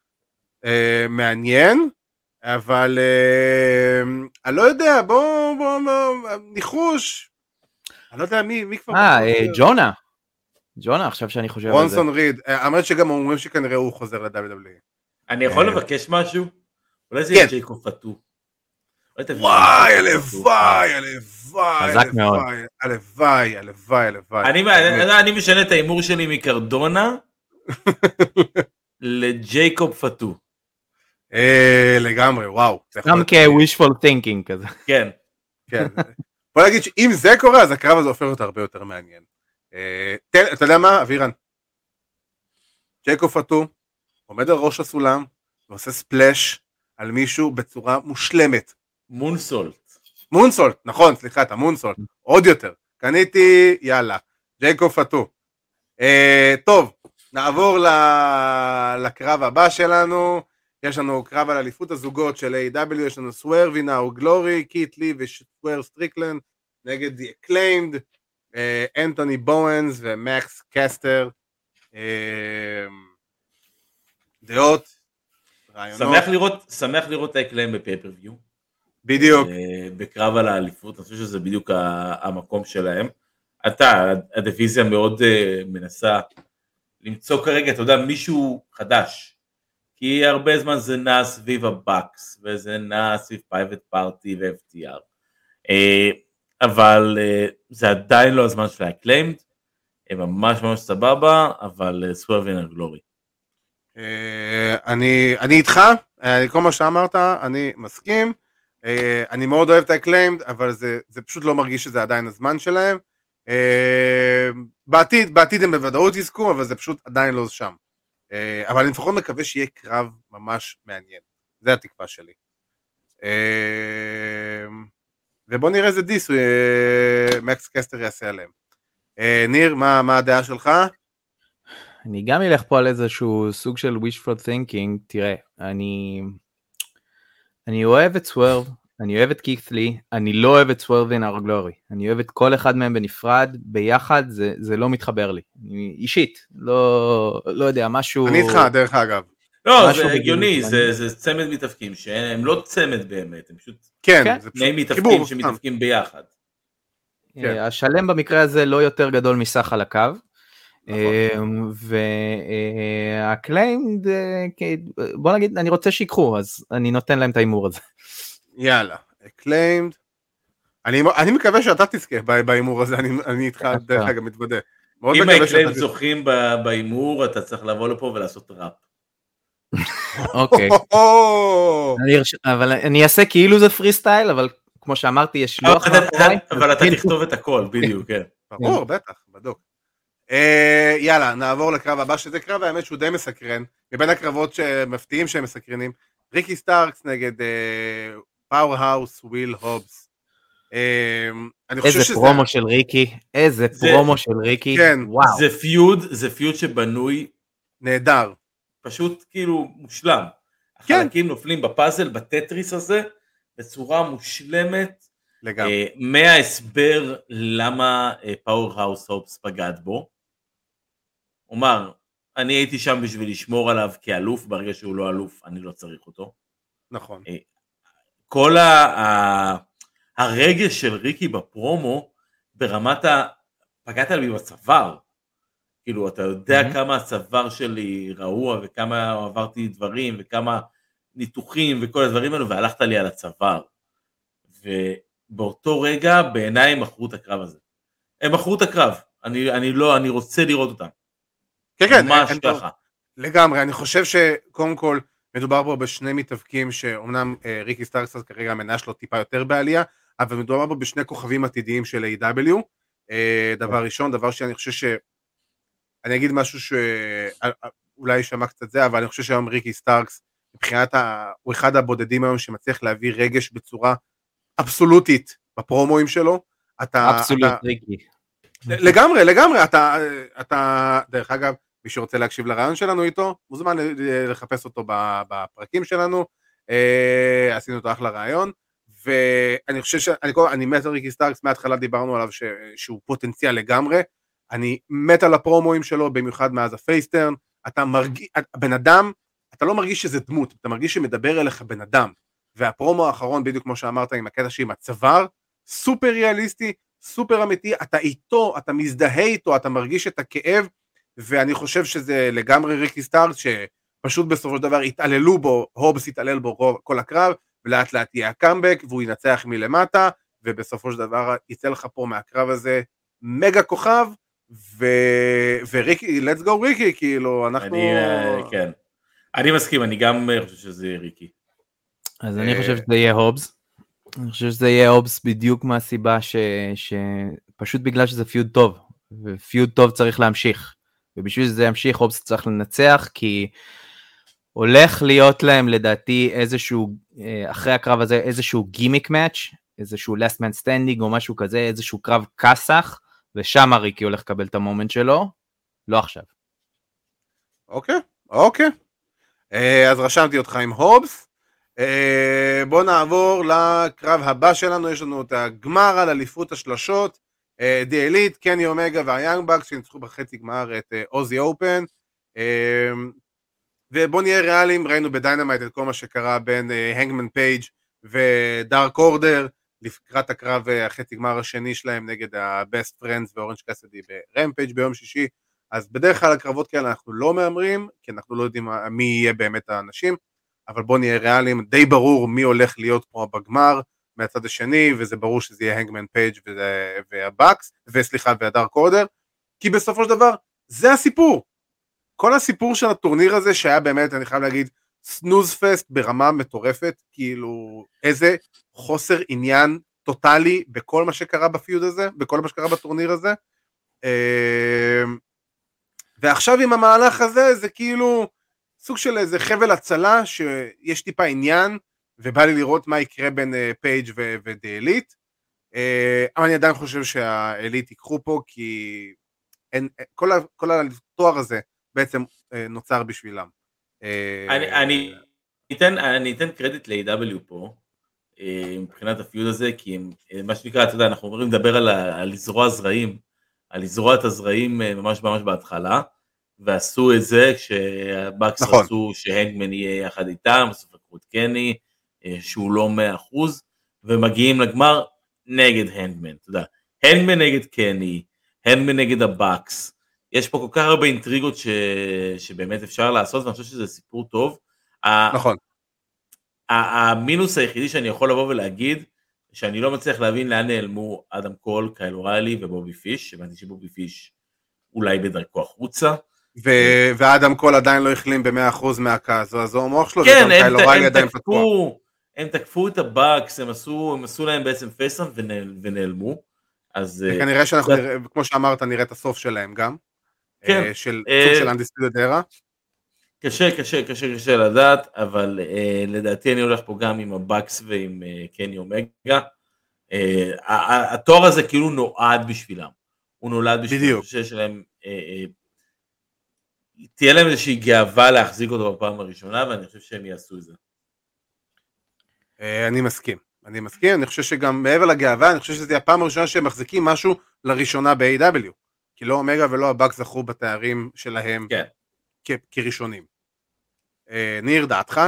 [SPEAKER 2] מעניין, אבל אני לא יודע, בוא, ניחוש. אני לא יודע מי כבר...
[SPEAKER 4] ג'ונה, עכשיו שאני חושב על זה.
[SPEAKER 2] רונסון ריד, האמת שגם אומרים שכנראה הוא חוזר ל-WWE.
[SPEAKER 3] אני יכול לבקש משהו? אולי זה יהיה ג'ייקוב פטו.
[SPEAKER 2] וואי, הלוואי,
[SPEAKER 4] חזק מאוד.
[SPEAKER 2] הלוואי.
[SPEAKER 3] אני משנה את האימור שלי מקרדונה לג'ייקוב פטו.
[SPEAKER 2] לגמרי, וואו.
[SPEAKER 4] גם כ-wishful thinking כזה.
[SPEAKER 3] כן.
[SPEAKER 2] בוא נגיד שאם זה קורה, אז הקרב הזה הופך להיות הרבה יותר מעניין. אתה יודע מה, אבירן? ג'ייקוב פטו עומד על ראש הסולם ועושה ספלש על מישהו בצורה מושלמת. מונסולט, נכון, סליחה, אתה מונסולט, עוד יותר, קניתי, יאללה, ג'ייקוב פטו. טוב, נעבור לקרב הבא שלנו, יש לנו קרב על אליפות הזוגות של A.W, יש לנו סוורב נאו גלורי, קיט לי וסוורב סטריקלנד, נגד The Acclaimed, אנטוני בואנס ומקס קסטר. דעות, רעיונות.
[SPEAKER 3] שמח לראות את Acclaimed בפייפריוויו.
[SPEAKER 2] בדיוק.
[SPEAKER 3] בקרב על האליפות, אני חושב שזה בדיוק המקום שלהם. הדיוויזיה מאוד מנסה למצוא כרגע, אתה יודע, מישהו חדש. כי הרבה זמן זה נע סביב הבאקס, וזה נע סביב פרייבט פארטי ו-FTR. אבל זה עדיין לא הזמן של Acclaimed, הם ממש סבבה, אבל סוורב נאו גלורי.
[SPEAKER 2] אני איתך, כל מה שאמרת, אני מסכים. אני מאוד אוהב את Acclaimed, אבל זה פשוט לא מרגיש שזה עדיין הזמן שלהם. בעתיד הם בוודאות יזכו, אבל זה פשוט עדיין לא שם. אבל אני לפחות מקווה שיהיה קרב ממש מעניין. זה התקווה שלי. ובוא נראה איזה דיס מקס קסטר יעשה עליהם. ניר, מה הדעה שלך?
[SPEAKER 4] אני גם אלך פה על איזשהו סוג של wishful thinking. תראה, אני אוהב את סוורב, אני אוהב את קית' לי, אני לא אוהב את סוורב ונאו גלורי. אני אוהב את כל אחד מהם בנפרד, ביחד זה לא מתחבר לי. אישית, לא יודע, משהו...
[SPEAKER 2] אני איתך, דרך אגב.
[SPEAKER 3] לא, זה הגיוני, זה צמד מתאפקים, שהם לא צמד באמת, הם פשט...
[SPEAKER 2] כן,
[SPEAKER 3] זה פשוט מתאפקים שמתאפקים ביחד.
[SPEAKER 4] השלם במקרה הזה לא יותר גדול מסך על הקו. והקליימד, בוא נגיד, אני רוצה שיקחו, אז אני נותן להם את האימור הזה.
[SPEAKER 2] יאללה, הקליימד. אני מקווה שאתה תזכה באימור הזה, אני איתך דרך אגב מתוודה.
[SPEAKER 3] אם הקליימד זוכים באימור, אתה צריך לבוא לפה ולעשות ראפ.
[SPEAKER 4] אוקיי. אבל אני אעשה כאילו זה פרי סטייל, אבל כמו שאמרתי, יש לוח מאחורי.
[SPEAKER 3] אבל אתה תכתוב את הכל, בדיוק, כן.
[SPEAKER 2] ברור, בטח, בדוק. יאללה, נעבור לקרב הבא, שזה קרב האמת שהוא די מסקרן, מבין הקרבות שמפתיעים שהם מסקרנים, ריקי סטארקס נגד Powerhouse וויל הובס.
[SPEAKER 4] איזה פרומו של ריקי, איזה פרומו של ריקי, וואו.
[SPEAKER 3] זה פיוד שבנוי
[SPEAKER 2] נהדר.
[SPEAKER 3] פשוט כאילו מושלם. החלקים נופלים בפאזל, בטטריס הזה, בצורה מושלמת.
[SPEAKER 2] לגמרי.
[SPEAKER 3] מההסבר למה פאוור-האוס הובס בגד בו. אומר, אני הייתי שם בשביל לשמור עליו כאלוף, ברגע שהוא לא אלוף, אני לא צריך אותו.
[SPEAKER 2] נכון.
[SPEAKER 3] כל הרגש של ריקי בפרומו, ברמת פגעת לי בצוואר. כאילו, אתה יודע כמה הצוואר שלי רעוע, וכמה עברתי דברים, וכמה ניתוחים, וכל הדברים האלו, והלכת לי על הצוואר. ובאותו רגע, בעיניי הם מכרו את הקרב הזה. הם מכרו את הקרב. אני רוצה לראות אותם.
[SPEAKER 2] כן,
[SPEAKER 3] ממש ככה.
[SPEAKER 2] לגמרי, אני חושב שקודם כל, מדובר פה בשני מתאבקים, שאומנם ריקי סטארקס כרגע המנה שלו טיפה יותר בעלייה, אבל מדובר פה בשני כוכבים עתידיים של A.W. דבר ראשון, דבר שאני חושב אני אגיד משהו שאולי שמע קצת זה, אבל אני חושב שהיום ריקי סטארקס, מבחינת הוא אחד הבודדים היום שמצליח להביא רגש בצורה אבסולוטית בפרומואים שלו.
[SPEAKER 4] אבסולוט ריקי.
[SPEAKER 2] לגמרי, אתה, דרך אגב, מי שרוצה להקשיב לרעיון שלנו איתו, מוזמן לחפש אותו בפרקים שלנו, עשינו אותו אחלה רעיון, ואני חושב שאני מת על ריקי סטארקס, מההתחלה דיברנו עליו שהוא פוטנציאל לגמרי, אני מת על הפרומואים שלו, במיוחד מאז הפייסטרן, אתה מרגיש, בן אדם, אתה לא מרגיש שזה דמות, אתה מרגיש שמדבר אליך בן אדם, והפרומו האחרון, בדיוק כמו שאמרת, עם הקטע שעם הצוואר, סופר ריאליסטי, סופר אמיתי, אתה איתו, אתה מזדהה איתו, אתה מרגיש את הכאב, ואני חושב שזה לגמרי ריקי סטארקס, שפשוט בסופו של דבר התעללו בו, הובס התעלל בו כל הקרב, ולאט לאט יהיה הקאמבק, והוא ינצח מלמטה, ובסופו של דבר יצא לך פה מהקרב הזה מגה כוכב, וריקי, let's go ריקי, כאילו, אנחנו...
[SPEAKER 3] כן, אני מסכים, אני גם חושב שזה יהיה ריקי.
[SPEAKER 4] אז אני חושב שזה יהיה הובס. אני חושב שזה יהיה הובס בדיוק מהסיבה שפשוט בגלל שזה פיוד טוב, ופיוד טוב צריך להמשיך, ובשביל שזה ימשיך הובס צריך לנצח, כי הולך להיות להם לדעתי איזשהו, אחרי הקרב הזה איזשהו גימיק מאץ', איזשהו last man standing או משהו כזה, איזשהו קרב קסח, ושם ריקי הולך לקבל את המומנט שלו, לא עכשיו.
[SPEAKER 2] אוקיי. אז רשמתי אותך עם הובס, בוא נעבור לקרב הבא שלנו, יש לנו את הגמר על אליפות השלשות, די אליט, קני אומגה והיאנג בקס, שניצחו בחצי גמר את אוזי אופן, ובוא נהיה ריאליים, ראינו בדיינמייט את כל מה שקרה בין הנגמן פייג' ודארק אורדר, לקראת הקרב החצי גמר השני שלהם נגד ה-Best Friends ואורנג' קאסדי ברמפייג' ביום שישי, אז בדרך כלל הקרבות כאלה אנחנו לא מאמרים, כי אנחנו לא יודעים מי יהיה באמת האנשים, אבל בוא נהיה ריאליים, די ברור מי הולך להיות פה בגמר מהצד השני, וזה ברור שזה יהיה הנגמן פייג' והבקס, והדארק אורדר, כי בסופו של דבר זה הסיפור, כל הסיפור של הטורניר הזה שהיה באמת, אני חייב להגיד, סנוז פסט ברמה מטורפת, כאילו איזה חוסר עניין טוטלי בכל מה שקרה בפיוד הזה, בכל מה שקרה בטורניר הזה, ועכשיו עם המהלך הזה, זה כאילו סוג של איזה חבל הצלה, שיש טיפה עניין, ובא לי לראות מה יקרה בין פייג' ודי אליט, אבל אני עדיין חושב שהאליט ייקחו פה, כי כל התואר הזה בעצם נוצר בשבילם.
[SPEAKER 3] אני אתן קרדיט ל-AW פה, מבחינת הפיוד הזה, כי מה שנקרא, אתה יודע, אנחנו אומרים לדבר על לזרוע זרעים, על לזרוע את הזרעים ממש בהתחלה, ועשו את זה כשהבקס רצו שהנגמן יהיה יחד איתם, בסוף לקחו את קני, שהוא לא 100%, ומגיעים לגמר נגד הנגמן, אתה יודע, הנגמן נגד קני, הנגמן נגד הבקס, יש פה כל כך הרבה אינטריגות שבאמת אפשר לעשות, ואני חושב שזה סיפור טוב.
[SPEAKER 2] נכון.
[SPEAKER 3] המינוס היחידי שאני יכול לבוא ולהגיד, שאני לא מצליח להבין לאן נעלמו אדם קול, קייל אוריילי ובובי פיש, שבאתי שבובי פיש אולי בדרכו החוצה.
[SPEAKER 2] ואדם קול עדיין לא החלים ב-100% מהכעס, אז הוא המוח שלו,
[SPEAKER 3] כן, הם תקפו את הבקס, הם עשו להם בעצם פייסם ונעלמו.
[SPEAKER 2] וכנראה שאנחנו, כמו שאמרת, נראה את הסוף שלהם גם.
[SPEAKER 3] כן.
[SPEAKER 2] סוג של אנדיספיוטד ארה.
[SPEAKER 3] קשה לדעת, אבל לדעתי אני הולך פה גם עם הבקס ועם קני אומגה. התואר הזה כאילו נועד בשבילם, הוא נולד בשבילם, אני חושב שלהם, תהיה להם איזושהי גאווה להחזיק אותו בפעם הראשונה, ואני חושב שהם יעשו את זה.
[SPEAKER 2] אני מסכים, אני חושב שגם מעבר לגאווה, אני חושב שזה הפעם הראשונה שהם מחזיקים משהו לראשונה ב-AW, כי לא אומגה ולא הבקס זכו בתארים שלהם כראשונים. ניר, דעתך?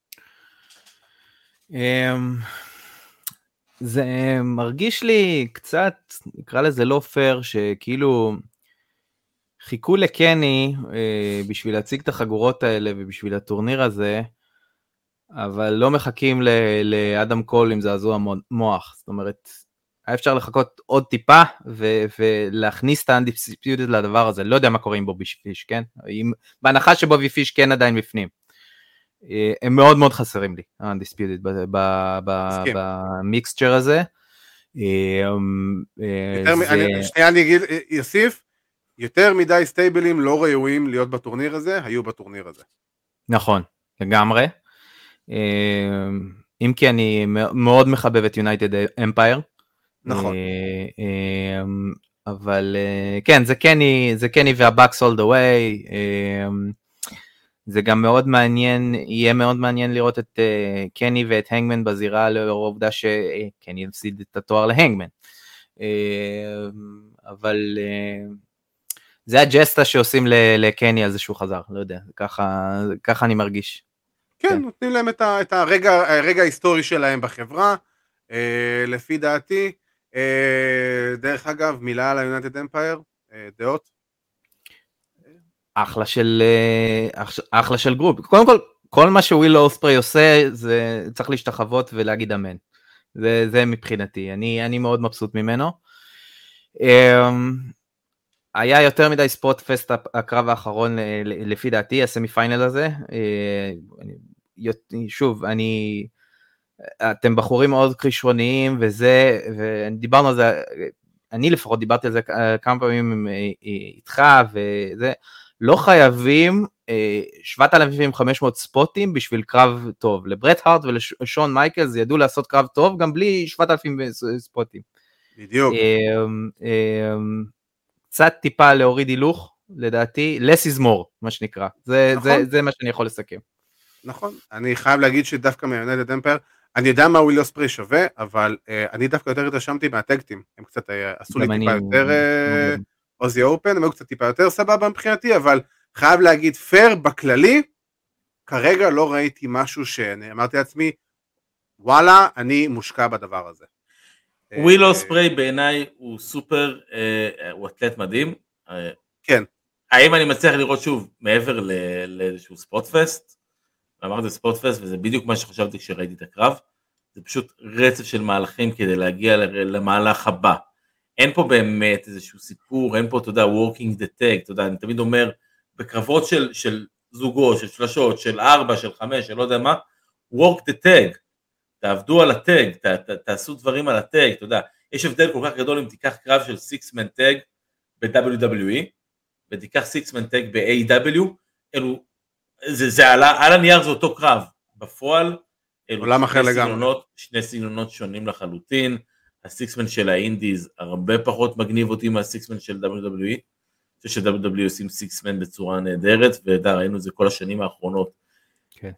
[SPEAKER 4] זה מרגיש לי קצת, נקרא לזה לא פייר, שכאילו חיכו לקני בשביל להציג את החגורות האלה ובשביל הטורניר הזה, אבל לא מחכים לאדם קול עם זעזוע מוח. זאת אומרת, היה אפשר לחכות עוד טיפה ולהכניס את האנדיספיוטד לדבר הזה. לא יודע מה קורה עם בובי פיש, כן? בהנחה שבובי פיש כן עדיין בפנים. הם מאוד מאוד חסרים לי, האנדיספיוטד, במיקסצ'ר הזה.
[SPEAKER 2] שנייה אני אגיד, יוסיף, יותר מדי סטייבלים לא ראויים להיות בטורניר הזה, היו בטורניר הזה.
[SPEAKER 4] נכון, לגמרי. אם כי אני מאוד מחבב את יונייטד אמפייר.
[SPEAKER 2] נכון.
[SPEAKER 4] אבל כן, זה קני והבקס all the way. זה גם מאוד מעניין, יהיה מאוד מעניין לראות את קני ואת הנגמן בזירה, לאור העובדה שקני יפסיד את התואר להנגמן. אבל זה הג'סטה שעושים לקני על זה שהוא חזר, לא יודע, ככה אני מרגיש.
[SPEAKER 2] כן, נותנים להם את הרגע ההיסטורי שלהם בחברה, לפי דעתי. דרך אגב, מילה על היונייטד אמפייר, דעות?
[SPEAKER 4] אחלה של גרופ. קודם כל מה שוויל אוספרי עושה, זה צריך להשתחוות ולהגיד אמן. זה מבחינתי, אני מאוד מבסוט ממנו. היה יותר מדי ספוט פסט הקרב האחרון לפי דעתי, הסמי פיינל הזה. שוב, אתם בחורים מאוד קרישרוניים וזה, ודיברנו על זה, אני לפחות דיברתי על זה כמה פעמים איתך וזה, לא חייבים 7,500 ספוטים בשביל קרב טוב. לברט הארט ולשון מייקלס ידעו לעשות קרב טוב גם בלי 7,000 ספוטים.
[SPEAKER 2] בדיוק.
[SPEAKER 4] קצת טיפה להוריד הילוך, לדעתי, less is more, מה שנקרא. זה מה שאני יכול לסכם.
[SPEAKER 2] נכון, אני חייב להגיד שדווקא מיונייטד אמפייר, אני יודע מה וויל אוספרי שווה, אבל אני דווקא יותר התרשמתי מהטקטים, הם קצת עשו לי טיפה יותר אוזי אופן, הם היו קצת טיפה יותר סבבה מבחינתי, אבל חייב להגיד פייר בכללי, כרגע לא ראיתי משהו שאני אמרתי לעצמי, וואלה, אני מושקע בדבר הזה.
[SPEAKER 3] וויל אוספרי בעיניי הוא סופר, הוא אתלט מדהים.
[SPEAKER 2] כן.
[SPEAKER 3] האם אני מצליח לראות שוב מעבר לאיזשהו ספוטפסט? אמרתי ספוטפסט וזה בדיוק מה שחשבתי כשראיתי את הקרב, זה פשוט רצף של מהלכים כדי להגיע למהלך הבא. אין פה באמת איזשהו סיפור, אין פה, אתה יודע, working the tag, אתה יודע, אני תמיד אומר, בקרבות של זוגות, של שלשות, של 4, של 5, של לא יודע מה, work the tag, תעבדו על הטג, תעשו דברים על הטג, אתה יודע, יש הבדל כל כך גדול אם תיקח קרב של 6-man tag ב-WWE, ותיקח 6-man tag ב-AW, אלו, זה על הנייר זה אותו קרב, בפועל,
[SPEAKER 2] עולם אחר לגמרי.
[SPEAKER 3] שני סגנונות שונים לחלוטין, הסיקסמן של האינדיז הרבה פחות מגניב אותי מהסיקסמן של WWE, ש-WWE עושים סיקסמן בצורה נהדרת, וראינו את זה כל השנים האחרונות.
[SPEAKER 4] כן.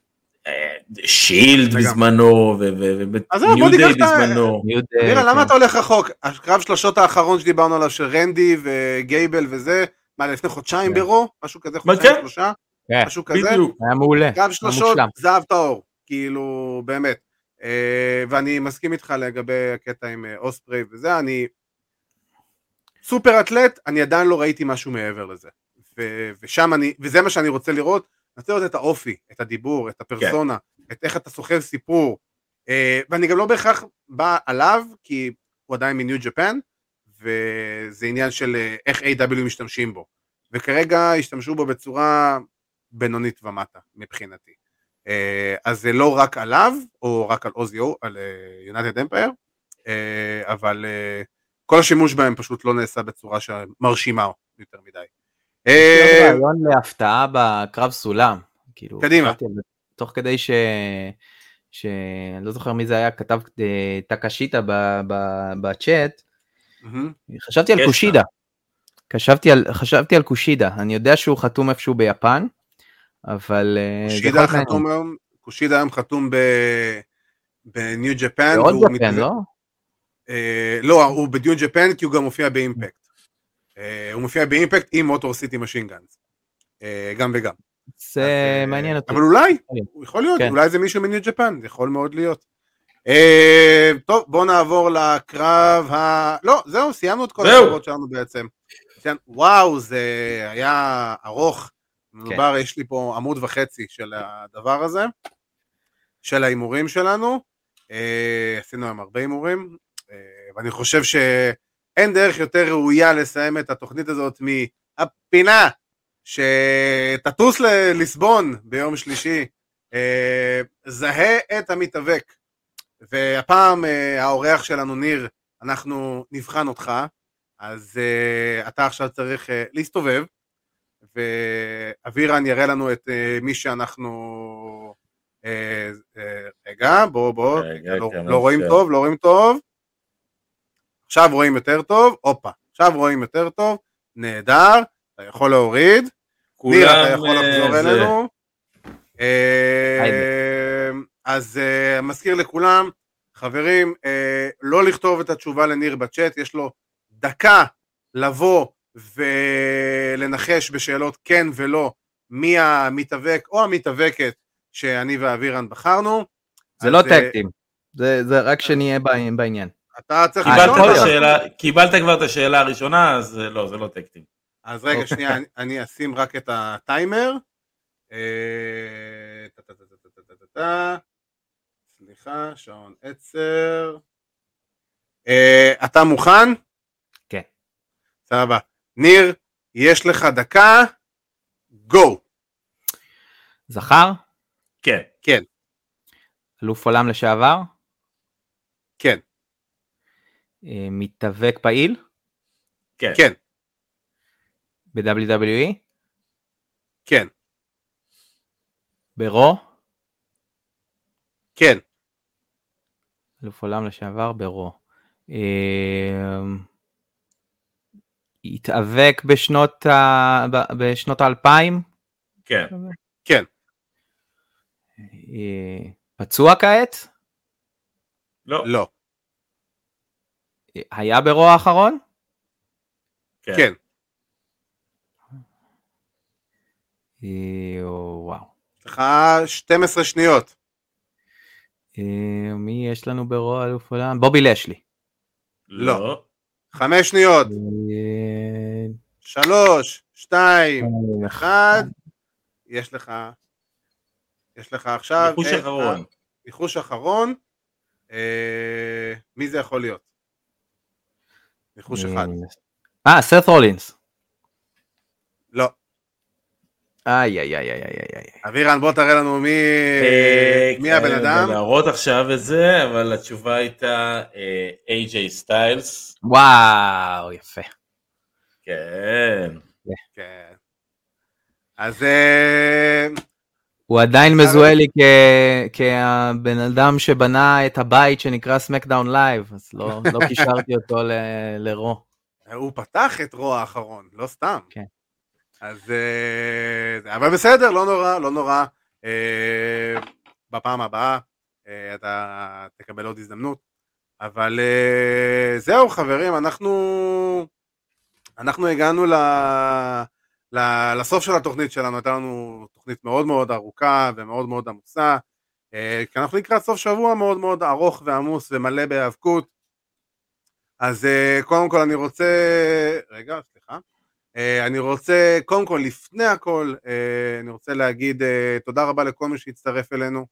[SPEAKER 3] שילד בזמנו, וניו דיי בזמנו.
[SPEAKER 2] נראה, למה אתה הולך רחוק? הקרב שלושות האחרון שדיברנו עליו של רנדי וגייבל וזה, מה, לפני חודשיים ברו? משהו כזה, חודשיים שלושה? משהו כזה?
[SPEAKER 4] היה מעולה.
[SPEAKER 2] קרב שלושות, זהב טהור, כאילו, באמת. ואני מסכים איתך לגבי הקטע עם אוספרי וזה, אני סופר אתלט, אני עדיין לא ראיתי משהו מעבר לזה. ושם וזה מה שאני רוצה לראות, אני רוצה לראות את האופי, את הדיבור, את הפרסונה, את איך אתה סוחב סיפור, ואני גם לא בהכרח בא עליו, כי הוא עדיין מניו ג'פן, וזה עניין של איך A.W. משתמשים בו, וכרגע השתמשו בו בצורה בינונית ומטה, מבחינתי. אז זה לא רק עליו, או רק על אוזיו, על יונייטד אמפייר, אבל כל השימוש בהם פשוט לא נעשה בצורה שמרשימה יותר מדי.
[SPEAKER 4] רעיון להפתעה בקרב סולם, כאילו,
[SPEAKER 2] קדימה.
[SPEAKER 4] תוך כדי אני לא זוכר מי זה היה, כתב טקשיטה בצ'אט, חשבתי על קושידה. חשבתי על קושידה, אני יודע שהוא חתום איפשהו ביפן, אבל
[SPEAKER 2] קושידה היום חתום בניו ג'פן.
[SPEAKER 4] בעוד ג'פן, לא?
[SPEAKER 2] לא, הוא בניו ג'פן כי הוא גם מופיע באימפקט. הוא מופיע באימפקט עם מוטור סיטי משין גאנס. גם וגם.
[SPEAKER 4] זה מעניין אותי.
[SPEAKER 2] אבל אולי, הוא יכול להיות, אולי זה מישהו מניו ג'פן, זה יכול מאוד להיות. טוב, בואו נעבור לקרב לא, זהו, סיימנו את כל הקרבות שלנו בעצם. וואו, זה היה ארוך. מדובר, יש לי פה עמוד וחצי של הדבר הזה, של האימורים שלנו. עשינו היום הרבה אימורים, ואני חושב שאין דרך יותר ראויה לסיים את התוכנית הזאת מהפינה שתטוס לליסבון ביום שלישי, זהה את המתאבק. והפעם האורח שלנו ניר, אנחנו נבחן אותך, אז אתה עכשיו צריך להסתובב, ואבירן יראה לנו את מי שאנחנו... רגע, בוא, לא רואים טוב, עכשיו רואים יותר טוב, עכשיו רואים יותר טוב, נהדר, אתה יכול להוריד, ניר אתה יכול לחזור אלינו, אז מזכיר לכולם, חברים, לא לכתוב את התשובה לניר בצ'אט, יש לו דקה לבוא ולנחש בשאלות כן ולא, מי המתאבק או המתאבקת שאני ואבירן בחרנו.
[SPEAKER 4] זה לא טקטים, זה רק שנהיה בעניין.
[SPEAKER 2] אתה צריך
[SPEAKER 3] קיבלת כבר את השאלה הראשונה, אז לא, זה לא טקטים.
[SPEAKER 2] אז רגע, שנייה, אני אשים רק את הטיימר. סליחה, שעון 10. אתה מוכן?
[SPEAKER 4] כן.
[SPEAKER 2] סבבה. ניר, יש לך דקה, גו.
[SPEAKER 4] זכר?
[SPEAKER 3] כן.
[SPEAKER 2] כן.
[SPEAKER 4] אלוף עולם לשעבר?
[SPEAKER 2] כן.
[SPEAKER 4] מתאבק פעיל?
[SPEAKER 3] כן.
[SPEAKER 2] כן.
[SPEAKER 4] ב-WWE?
[SPEAKER 2] כן.
[SPEAKER 4] ברו?
[SPEAKER 2] כן.
[SPEAKER 4] אלוף עולם לשעבר ברו. התאבק בשנות ה-2000?
[SPEAKER 3] כן.
[SPEAKER 2] כן.
[SPEAKER 4] פצוע כעת?
[SPEAKER 3] לא.
[SPEAKER 2] לא.
[SPEAKER 4] היה ברו האחרון?
[SPEAKER 2] כן.
[SPEAKER 4] וואו.
[SPEAKER 2] לך 12 שניות.
[SPEAKER 4] מי יש לנו ברו אלוף עולם? בובי לשלי.
[SPEAKER 2] לא. 5 שניות. 3, 2, 1. יש לך עכשיו ניחוש אחרון. מי זה יכול להיות? ניחוש אחד.
[SPEAKER 4] סת רולינס.
[SPEAKER 2] לא.
[SPEAKER 4] איי.
[SPEAKER 2] אבירן, בוא תראה לנו מי הבן אדם.
[SPEAKER 3] להראות עכשיו את זה, אבל התשובה הייתה AJ סטיילס.
[SPEAKER 4] וואו, יפה.
[SPEAKER 3] כן.
[SPEAKER 2] אז
[SPEAKER 4] הוא עדיין מזוהה לי כבן אדם שבנה את הבית שנקרא סמקדאון לייב, אז לא קישרתי אותו לרו.
[SPEAKER 2] הוא פתח את רו האחרון, לא סתם.
[SPEAKER 4] כן.
[SPEAKER 2] אז, אבל בסדר, לא נורא. בפעם הבאה אתה תקבל עוד הזדמנות. אבל זהו חברים, אנחנו הגענו לסוף של התוכנית שלנו, הייתה לנו תוכנית מאוד מאוד ארוכה ומאוד מאוד עמוסה, כי אנחנו לקראת סוף שבוע מאוד מאוד ארוך ועמוס ומלא בהיאבקות. אז קודם כל אני רוצה, קודם כל לפני הכל, אני רוצה להגיד תודה רבה לכל מי שהצטרף אלינו,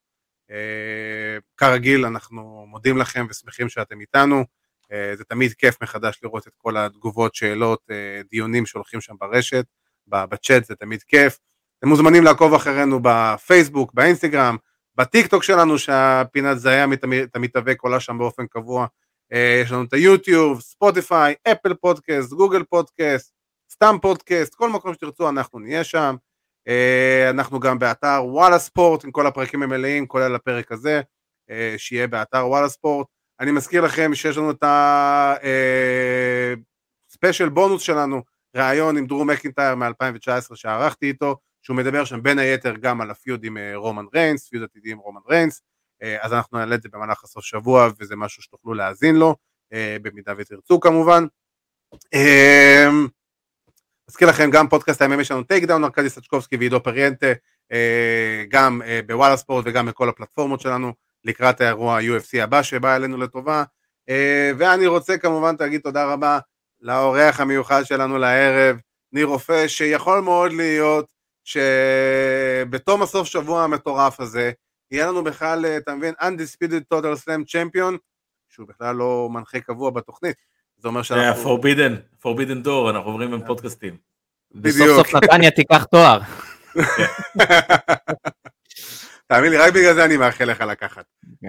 [SPEAKER 2] כרגיל אנחנו מודים לכם ושמחים שאתם איתנו, זה תמיד כיף מחדש לראות את כל התגובות, שאלות, דיונים שהולכים שם ברשת, בצ'אט, זה תמיד כיף. אתם מוזמנים לעקוב אחרינו בפייסבוק, באינסטגרם, בטיק-טוק שלנו, שהפינת זהה המתאבק עולה שם באופן קבוע, יש לנו את היוטיוב, ספוטיפיי, אפל פודקאסט, גוגל פודקאסט, סתם פודקאסט, כל מקום שתרצו אנחנו נהיה שם. אנחנו גם באתר וואלה ספורט, עם כל הפרקים המלאים, כולל הפרק הזה, שיהיה באתר וואלה ספורט. אני מזכיר לכם שיש לנו את הספיישל בונוס שלנו, ראיון עם דרו מקינטייר מ-2019 שערכתי איתו, שהוא מדבר שם בין היתר גם על הפיוד עם רומן ריינס, פיוד עתידי עם רומן ריינס, אז אנחנו נעלה את זה במהלך הסוף שבוע, וזה משהו שתוכלו להאזין לו, במידה ותרצו כמובן. מזכיר לכם גם פודקאסט הימים שלנו טייק דאון, ארקדי סצ'קובסקי ועידו פריאנטה, גם בוואלה ספורט וגם בכל הפלטפורמות שלנו, לקראת האירוע ה-UFC הבא שבא אלינו לטובה, ואני רוצה כמובן להגיד תודה רבה לאורח המיוחד שלנו לערב, ניר רופא, שיכול מאוד להיות שבתום הסוף שבוע המטורף הזה, יהיה לנו בכלל, אתה מבין, Undisputed Total Slam Champion, שהוא בכלל לא מנחה קבוע בתוכנית, זה אומר שאנחנו...
[SPEAKER 3] Forbidden Door, אנחנו עוברים עם פודקאסטים.
[SPEAKER 4] וסוף סוף נתניה תיקח תואר.
[SPEAKER 2] תאמין לי, רק בגלל זה אני מאחל לך לקחת.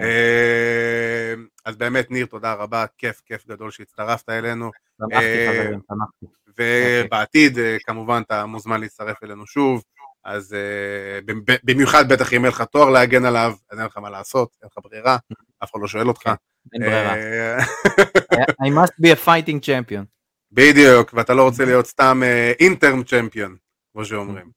[SPEAKER 2] אז באמת, ניר, תודה רבה, כיף גדול שהצטרפת אלינו.
[SPEAKER 4] שמחתי חברים, שמחתי.
[SPEAKER 2] ובעתיד, כמובן, אתה מוזמן להצטרף אלינו שוב, אז במיוחד בטח אם אין לך תואר להגן עליו, אז אין לך מה לעשות, אין לך ברירה, אף אחד לא שואל אותך.
[SPEAKER 4] אין ברירה. I must be a fighting champion.
[SPEAKER 2] בדיוק, ואתה לא רוצה להיות סתם אינטרם צ'מפיון, כמו שאומרים.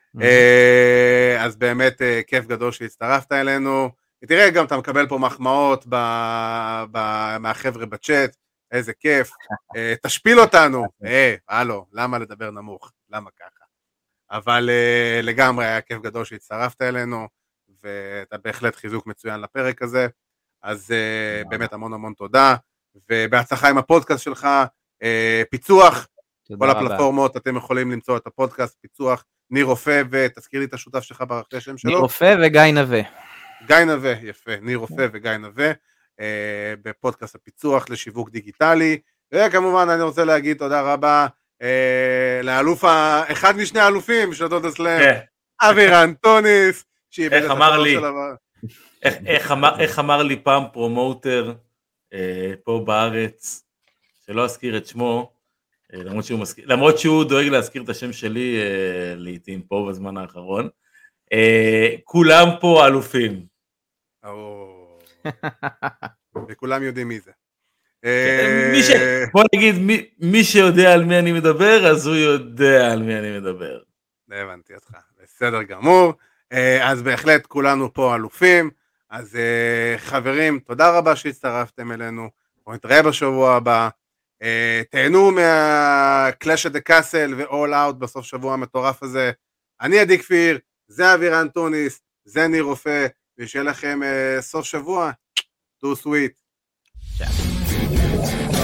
[SPEAKER 2] אז באמת כיף גדול שהצטרפת אלינו, ותראה גם אתה מקבל פה מחמאות מהחבר'ה בצ'אט, איזה כיף, תשפיל אותנו, הלו, למה לדבר נמוך, למה ככה, אבל לגמרי היה כיף גדול שהצטרפת אלינו, ואתה בהחלט חיזוק מצוין לפרק הזה, אז באמת המון תודה, ובהצלחה עם הפודקאסט שלך, פיצוח, כל הפלטפורמות, אתם יכולים למצוא את הפודקאסט, פיצוח, ניר רופא, ותזכיר לי את השותף שלך ברכתי השם שלו.
[SPEAKER 4] ניר רופא וגיא נווה.
[SPEAKER 2] גיא נווה, יפה, ניר רופא וגיא נווה, בפודקאסט הפיצוח לשיווק דיגיטלי, וכמובן אני רוצה להגיד תודה רבה לאלוף, אחד משני האלופים של טוטל סלאם, אבירן טוניס,
[SPEAKER 3] איך אמר לי פעם פרומוטר פה בארץ, שלא אזכיר את שמו, למרות שהוא דואג להזכיר את השם שלי לעתים פה בזמן האחרון, כולם פה אלופים.
[SPEAKER 2] וכולם יודעים מי זה.
[SPEAKER 3] בוא נגיד, מי שיודע על מי אני מדבר, אז הוא יודע על מי אני מדבר.
[SPEAKER 2] הבנתי אותך, בסדר גמור. אז בהחלט כולנו פה אלופים, אז חברים, תודה רבה שהצטרפתם אלינו, בואו נתראה בשבוע הבא, תהנו מה-Clash at the Castle ו-All Out בסוף שבוע המטורף הזה, אני עדי כפיר, זה אבירן טוניס, זה ניר רופא, ושיהיה לכם סוף שבוע, too sweet.